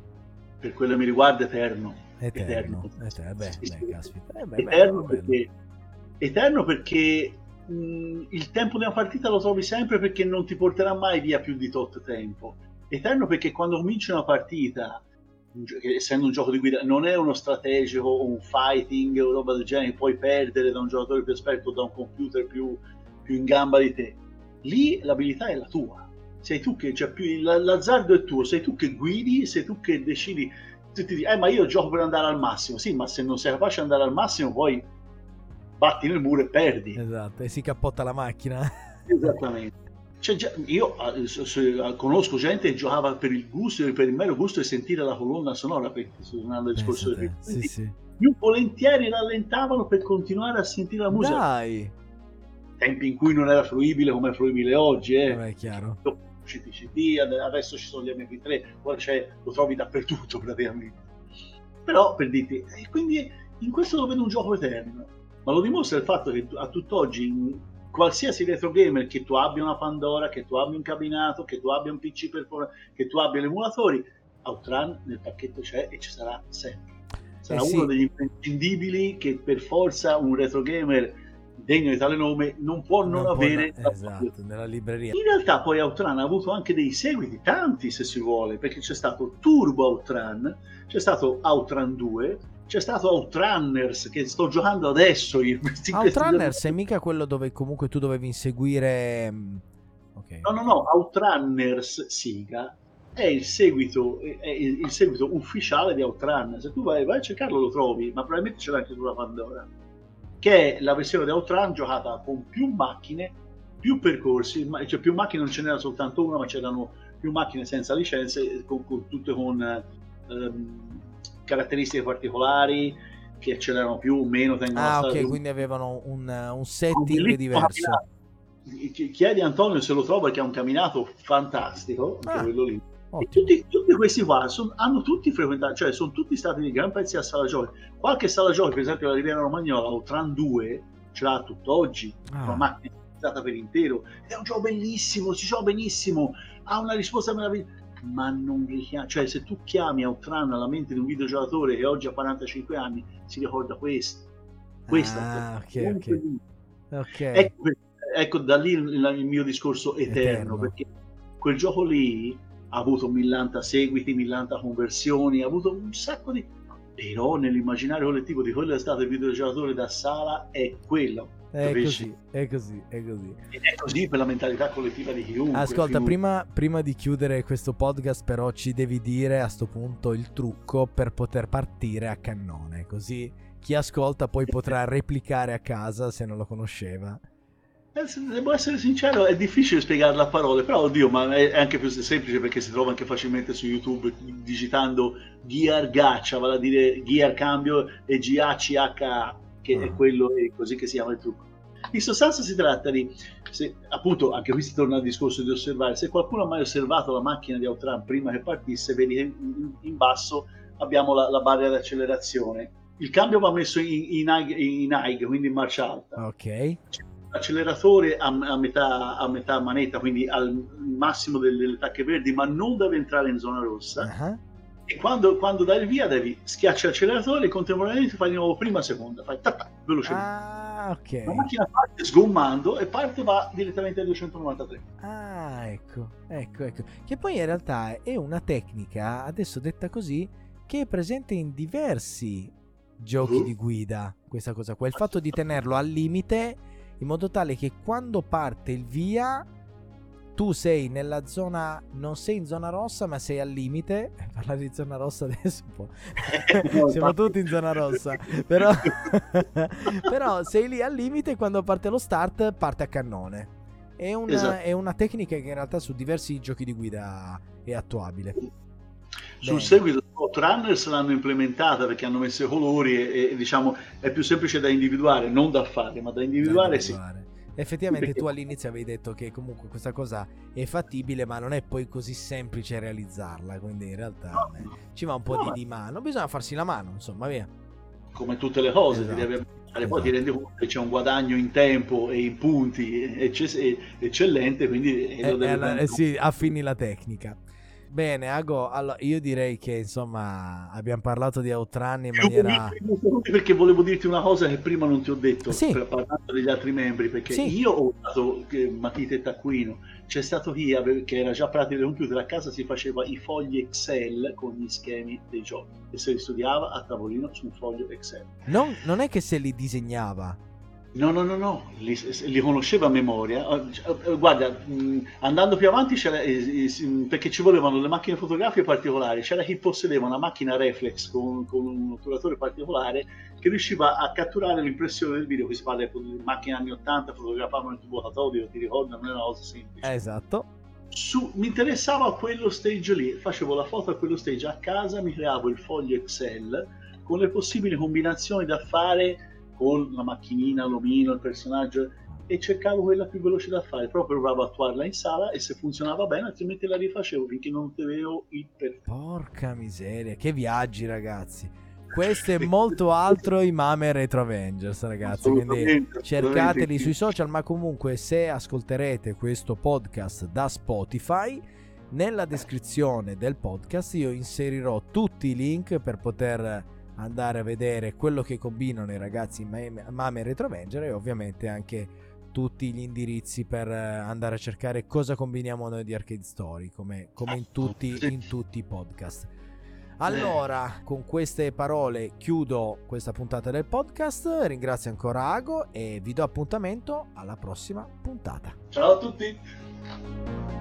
S2: per quello che mi riguarda, eterno.
S1: Eterno, eterno. eterno. Beh,
S2: sì,
S1: beh,
S2: sì.
S1: caspita. Eh, beh,
S2: eterno,
S1: bello,
S2: perché, eterno perché mh, il tempo di una partita lo trovi sempre, perché non ti porterà mai via più di tot tempo. Eterno perché quando cominci una partita, essendo un gioco di guida, non è uno strategico o un fighting o roba del genere, puoi perdere da un giocatore più esperto o da un computer più, più in gamba di te. Lì l'abilità è la tua, sei tu che, cioè, più, l'azzardo è tuo, sei tu che guidi, sei tu che decidi. Tu ti dici, eh ma io gioco per andare al massimo, sì, ma se non sei capace di andare al massimo poi batti nel muro e perdi.
S1: Esatto, e si cappotta la macchina.
S2: Esattamente. Cioè, già, io uh, conosco gente che giocava per il gusto, per il mero gusto di sentire la colonna sonora, per tornando al discorso del
S1: sì, sì.
S2: più volentieri rallentavano per continuare a sentire la musica.
S1: Dai!
S2: Tempi in cui non era fruibile come è fruibile oggi, eh.
S1: Vabbè, è chiaro.
S2: C D C D, adesso ci sono gli M P tre, ora c'è, lo trovi dappertutto praticamente. Però per dirti, e quindi in questo lo vedo un gioco eterno, ma lo dimostra il fatto che a tutt'oggi qualsiasi retro gamer, che tu abbia una Pandora, che tu abbia un cabinato, che tu abbia un P C perforato, che tu abbia gli emulatori, Outrun nel pacchetto c'è e ci sarà sempre. Sarà
S1: eh
S2: uno
S1: sì.
S2: degli imprescindibili che per forza un retro gamer degno di tale nome non può non, non avere
S1: può, esatto, nella libreria.
S2: In realtà poi Outrun ha avuto anche dei seguiti, tanti se si vuole, perché c'è stato Turbo Outrun, c'è stato Outrun due, c'è stato Outrunners, che sto giocando adesso io.
S1: Outrunners è mica quello dove comunque tu dovevi inseguire... Okay.
S2: No, no, no, Outrunners Siga è il seguito, è il, il seguito ufficiale di Outrun. Se tu vai, vai a cercarlo lo trovi, ma probabilmente ce l'hai anche sulla Pandora, che è la versione di Outrun giocata con più macchine, più percorsi, cioè più macchine non ce n'era soltanto una, ma c'erano più macchine senza licenze, con, con, tutte con ehm, caratteristiche particolari, che accelerano più o meno, tengono
S1: ah,
S2: la strada
S1: ok,
S2: più...
S1: quindi avevano un, un setting diverso.
S2: Chiedi a Antonio se lo trova, che ha un camminato fantastico, anche
S1: Ah,
S2: quello lì.
S1: ottimo.
S2: E tutti, tutti questi qua son, hanno tutti frequentato, cioè sono tutti stati di gran pezzi a sala giochi. Qualche sala giochi, per esempio la Riviera Romagnola o Tran due, ce l'ha tutt'oggi,
S1: Ah.
S2: una macchina utilizzata per intero. È un gioco bellissimo, si gioca benissimo, ha una risposta meravigliosa, ma non richiama, cioè se tu chiami Outrun alla mente di un videogiocatore che oggi ha quarantacinque anni, si ricorda questo. Questa.
S1: Ah, ok, ok. okay.
S2: Ecco, ecco, da lì il, il mio discorso eterno,
S1: eterno,
S2: perché quel gioco lì ha avuto millanta seguiti, millanta conversioni, ha avuto un sacco di... però nell'immaginario collettivo di quello che è stato il videogiocatore da sala è quello.
S1: È così, è così, è così.
S2: Ed è così per la mentalità collettiva di chiunque.
S1: Ascolta, prima, prima di chiudere questo podcast, però, ci devi dire a sto punto il trucco per poter partire a cannone, così chi ascolta poi potrà replicare a casa se non lo conosceva.
S2: Devo essere sincero, è difficile spiegarla a parole, però oddio, ma è anche più semplice perché si trova anche facilmente su YouTube digitando Gear Gacha, vale a dire Gear cambio e G A C H A, che uh-huh. è quello, è così che si chiama il trucco. In sostanza si tratta di, se, appunto, anche qui si torna al discorso di osservare, se qualcuno ha mai osservato la macchina di Outrun prima che partisse, vedi che in, in basso abbiamo la, la barra di accelerazione. Il cambio va messo in, in, in I G, quindi in marcia alta.
S1: Ok.
S2: Acceleratore a, a, metà, a metà manetta, quindi al massimo delle, delle tacche verdi, ma non deve entrare in zona rossa. Uh-huh. E quando, quando dai il via devi schiacciare l'acceleratore e contemporaneamente fai di nuovo prima seconda, fai tata, velocemente.
S1: Ah, ok.
S2: La macchina parte sgommando e parte va direttamente a duecentonovantatré.
S1: Ah, ecco, ecco, ecco. Che poi in realtà è una tecnica, adesso detta così, che è presente in diversi giochi uh-huh. di guida, questa cosa qua. Il fatto di tenerlo al limite in modo tale che quando parte il via tu sei nella zona, non sei in zona rossa ma sei al limite. Parlare di zona rossa adesso un po'. Siamo tutti in zona rossa, però però sei lì al limite e quando parte lo start parte a cannone. È una, esatto. è una tecnica che in realtà su diversi giochi di guida è attuabile.
S2: Sul
S1: Bene.
S2: seguito Outrunners l'hanno implementata perché hanno messo i colori e, e diciamo è più semplice da individuare, non da fare, ma da individuare, da individuare. Sì.
S1: Effettivamente
S2: perché...
S1: tu all'inizio avevi detto che comunque questa cosa è fattibile, ma non è poi così semplice realizzarla, quindi in realtà no, eh, ci va un po' no. di, di mano, bisogna farsi la mano, insomma, via.
S2: Come tutte le cose,
S1: esatto.
S2: ti devi
S1: esatto.
S2: Poi ti rendi conto che c'è un guadagno in tempo e in punti ecce- eccellente, quindi
S1: eh, lo devi eh, eh, sì, affini la tecnica. Bene, Ago, allora io direi che insomma abbiamo parlato di Outrun in maniera...
S2: Perché volevo dirti una cosa che prima non ti ho detto,
S1: sì.
S2: per parlando degli altri membri, perché
S1: sì.
S2: io ho usato matita e taccuino, c'è stato chi aveva, che era già pratico del computer, a casa si faceva i fogli Excel con gli schemi dei giochi e se li studiava a tavolino su un foglio Excel.
S1: Non, non è che se li disegnava.
S2: No, no, no, no, li, li conosceva a memoria. Guarda, mh, andando più avanti c'era, eh, eh, perché ci volevano le macchine fotografiche particolari, c'era chi possedeva una macchina reflex con, con un otturatore particolare che riusciva a catturare l'impressione del video. Qui si parla di macchine anni ottanta, fotografavano il tubo catodico, ti ricordo, non è una cosa semplice.
S1: Esatto.
S2: Su, mi interessava quello stage lì, facevo la foto a quello stage a casa, mi creavo il foglio Excel con le possibili combinazioni da fare con la macchinina, l'omino, il personaggio, e cercavo quella più veloce da fare, proprio provavo a attuarla in sala e se funzionava bene altrimenti la rifacevo finché non avevo il perfetto.
S1: Porca miseria, che viaggi ragazzi, questo è molto altro i Mame Retro Avengers ragazzi, quindi cercateli sui social, ma comunque se ascolterete questo podcast da Spotify, nella descrizione del podcast io inserirò tutti i link per poter andare a vedere quello che combinano i ragazzi in Mame Retro Avenger e ovviamente anche tutti gli indirizzi per andare a cercare cosa combiniamo noi di Arcade Story, come, come in, tutti, in tutti i podcast. Allora, con queste parole chiudo questa puntata del podcast, ringrazio ancora Ago e vi do appuntamento alla prossima puntata.
S2: Ciao a tutti!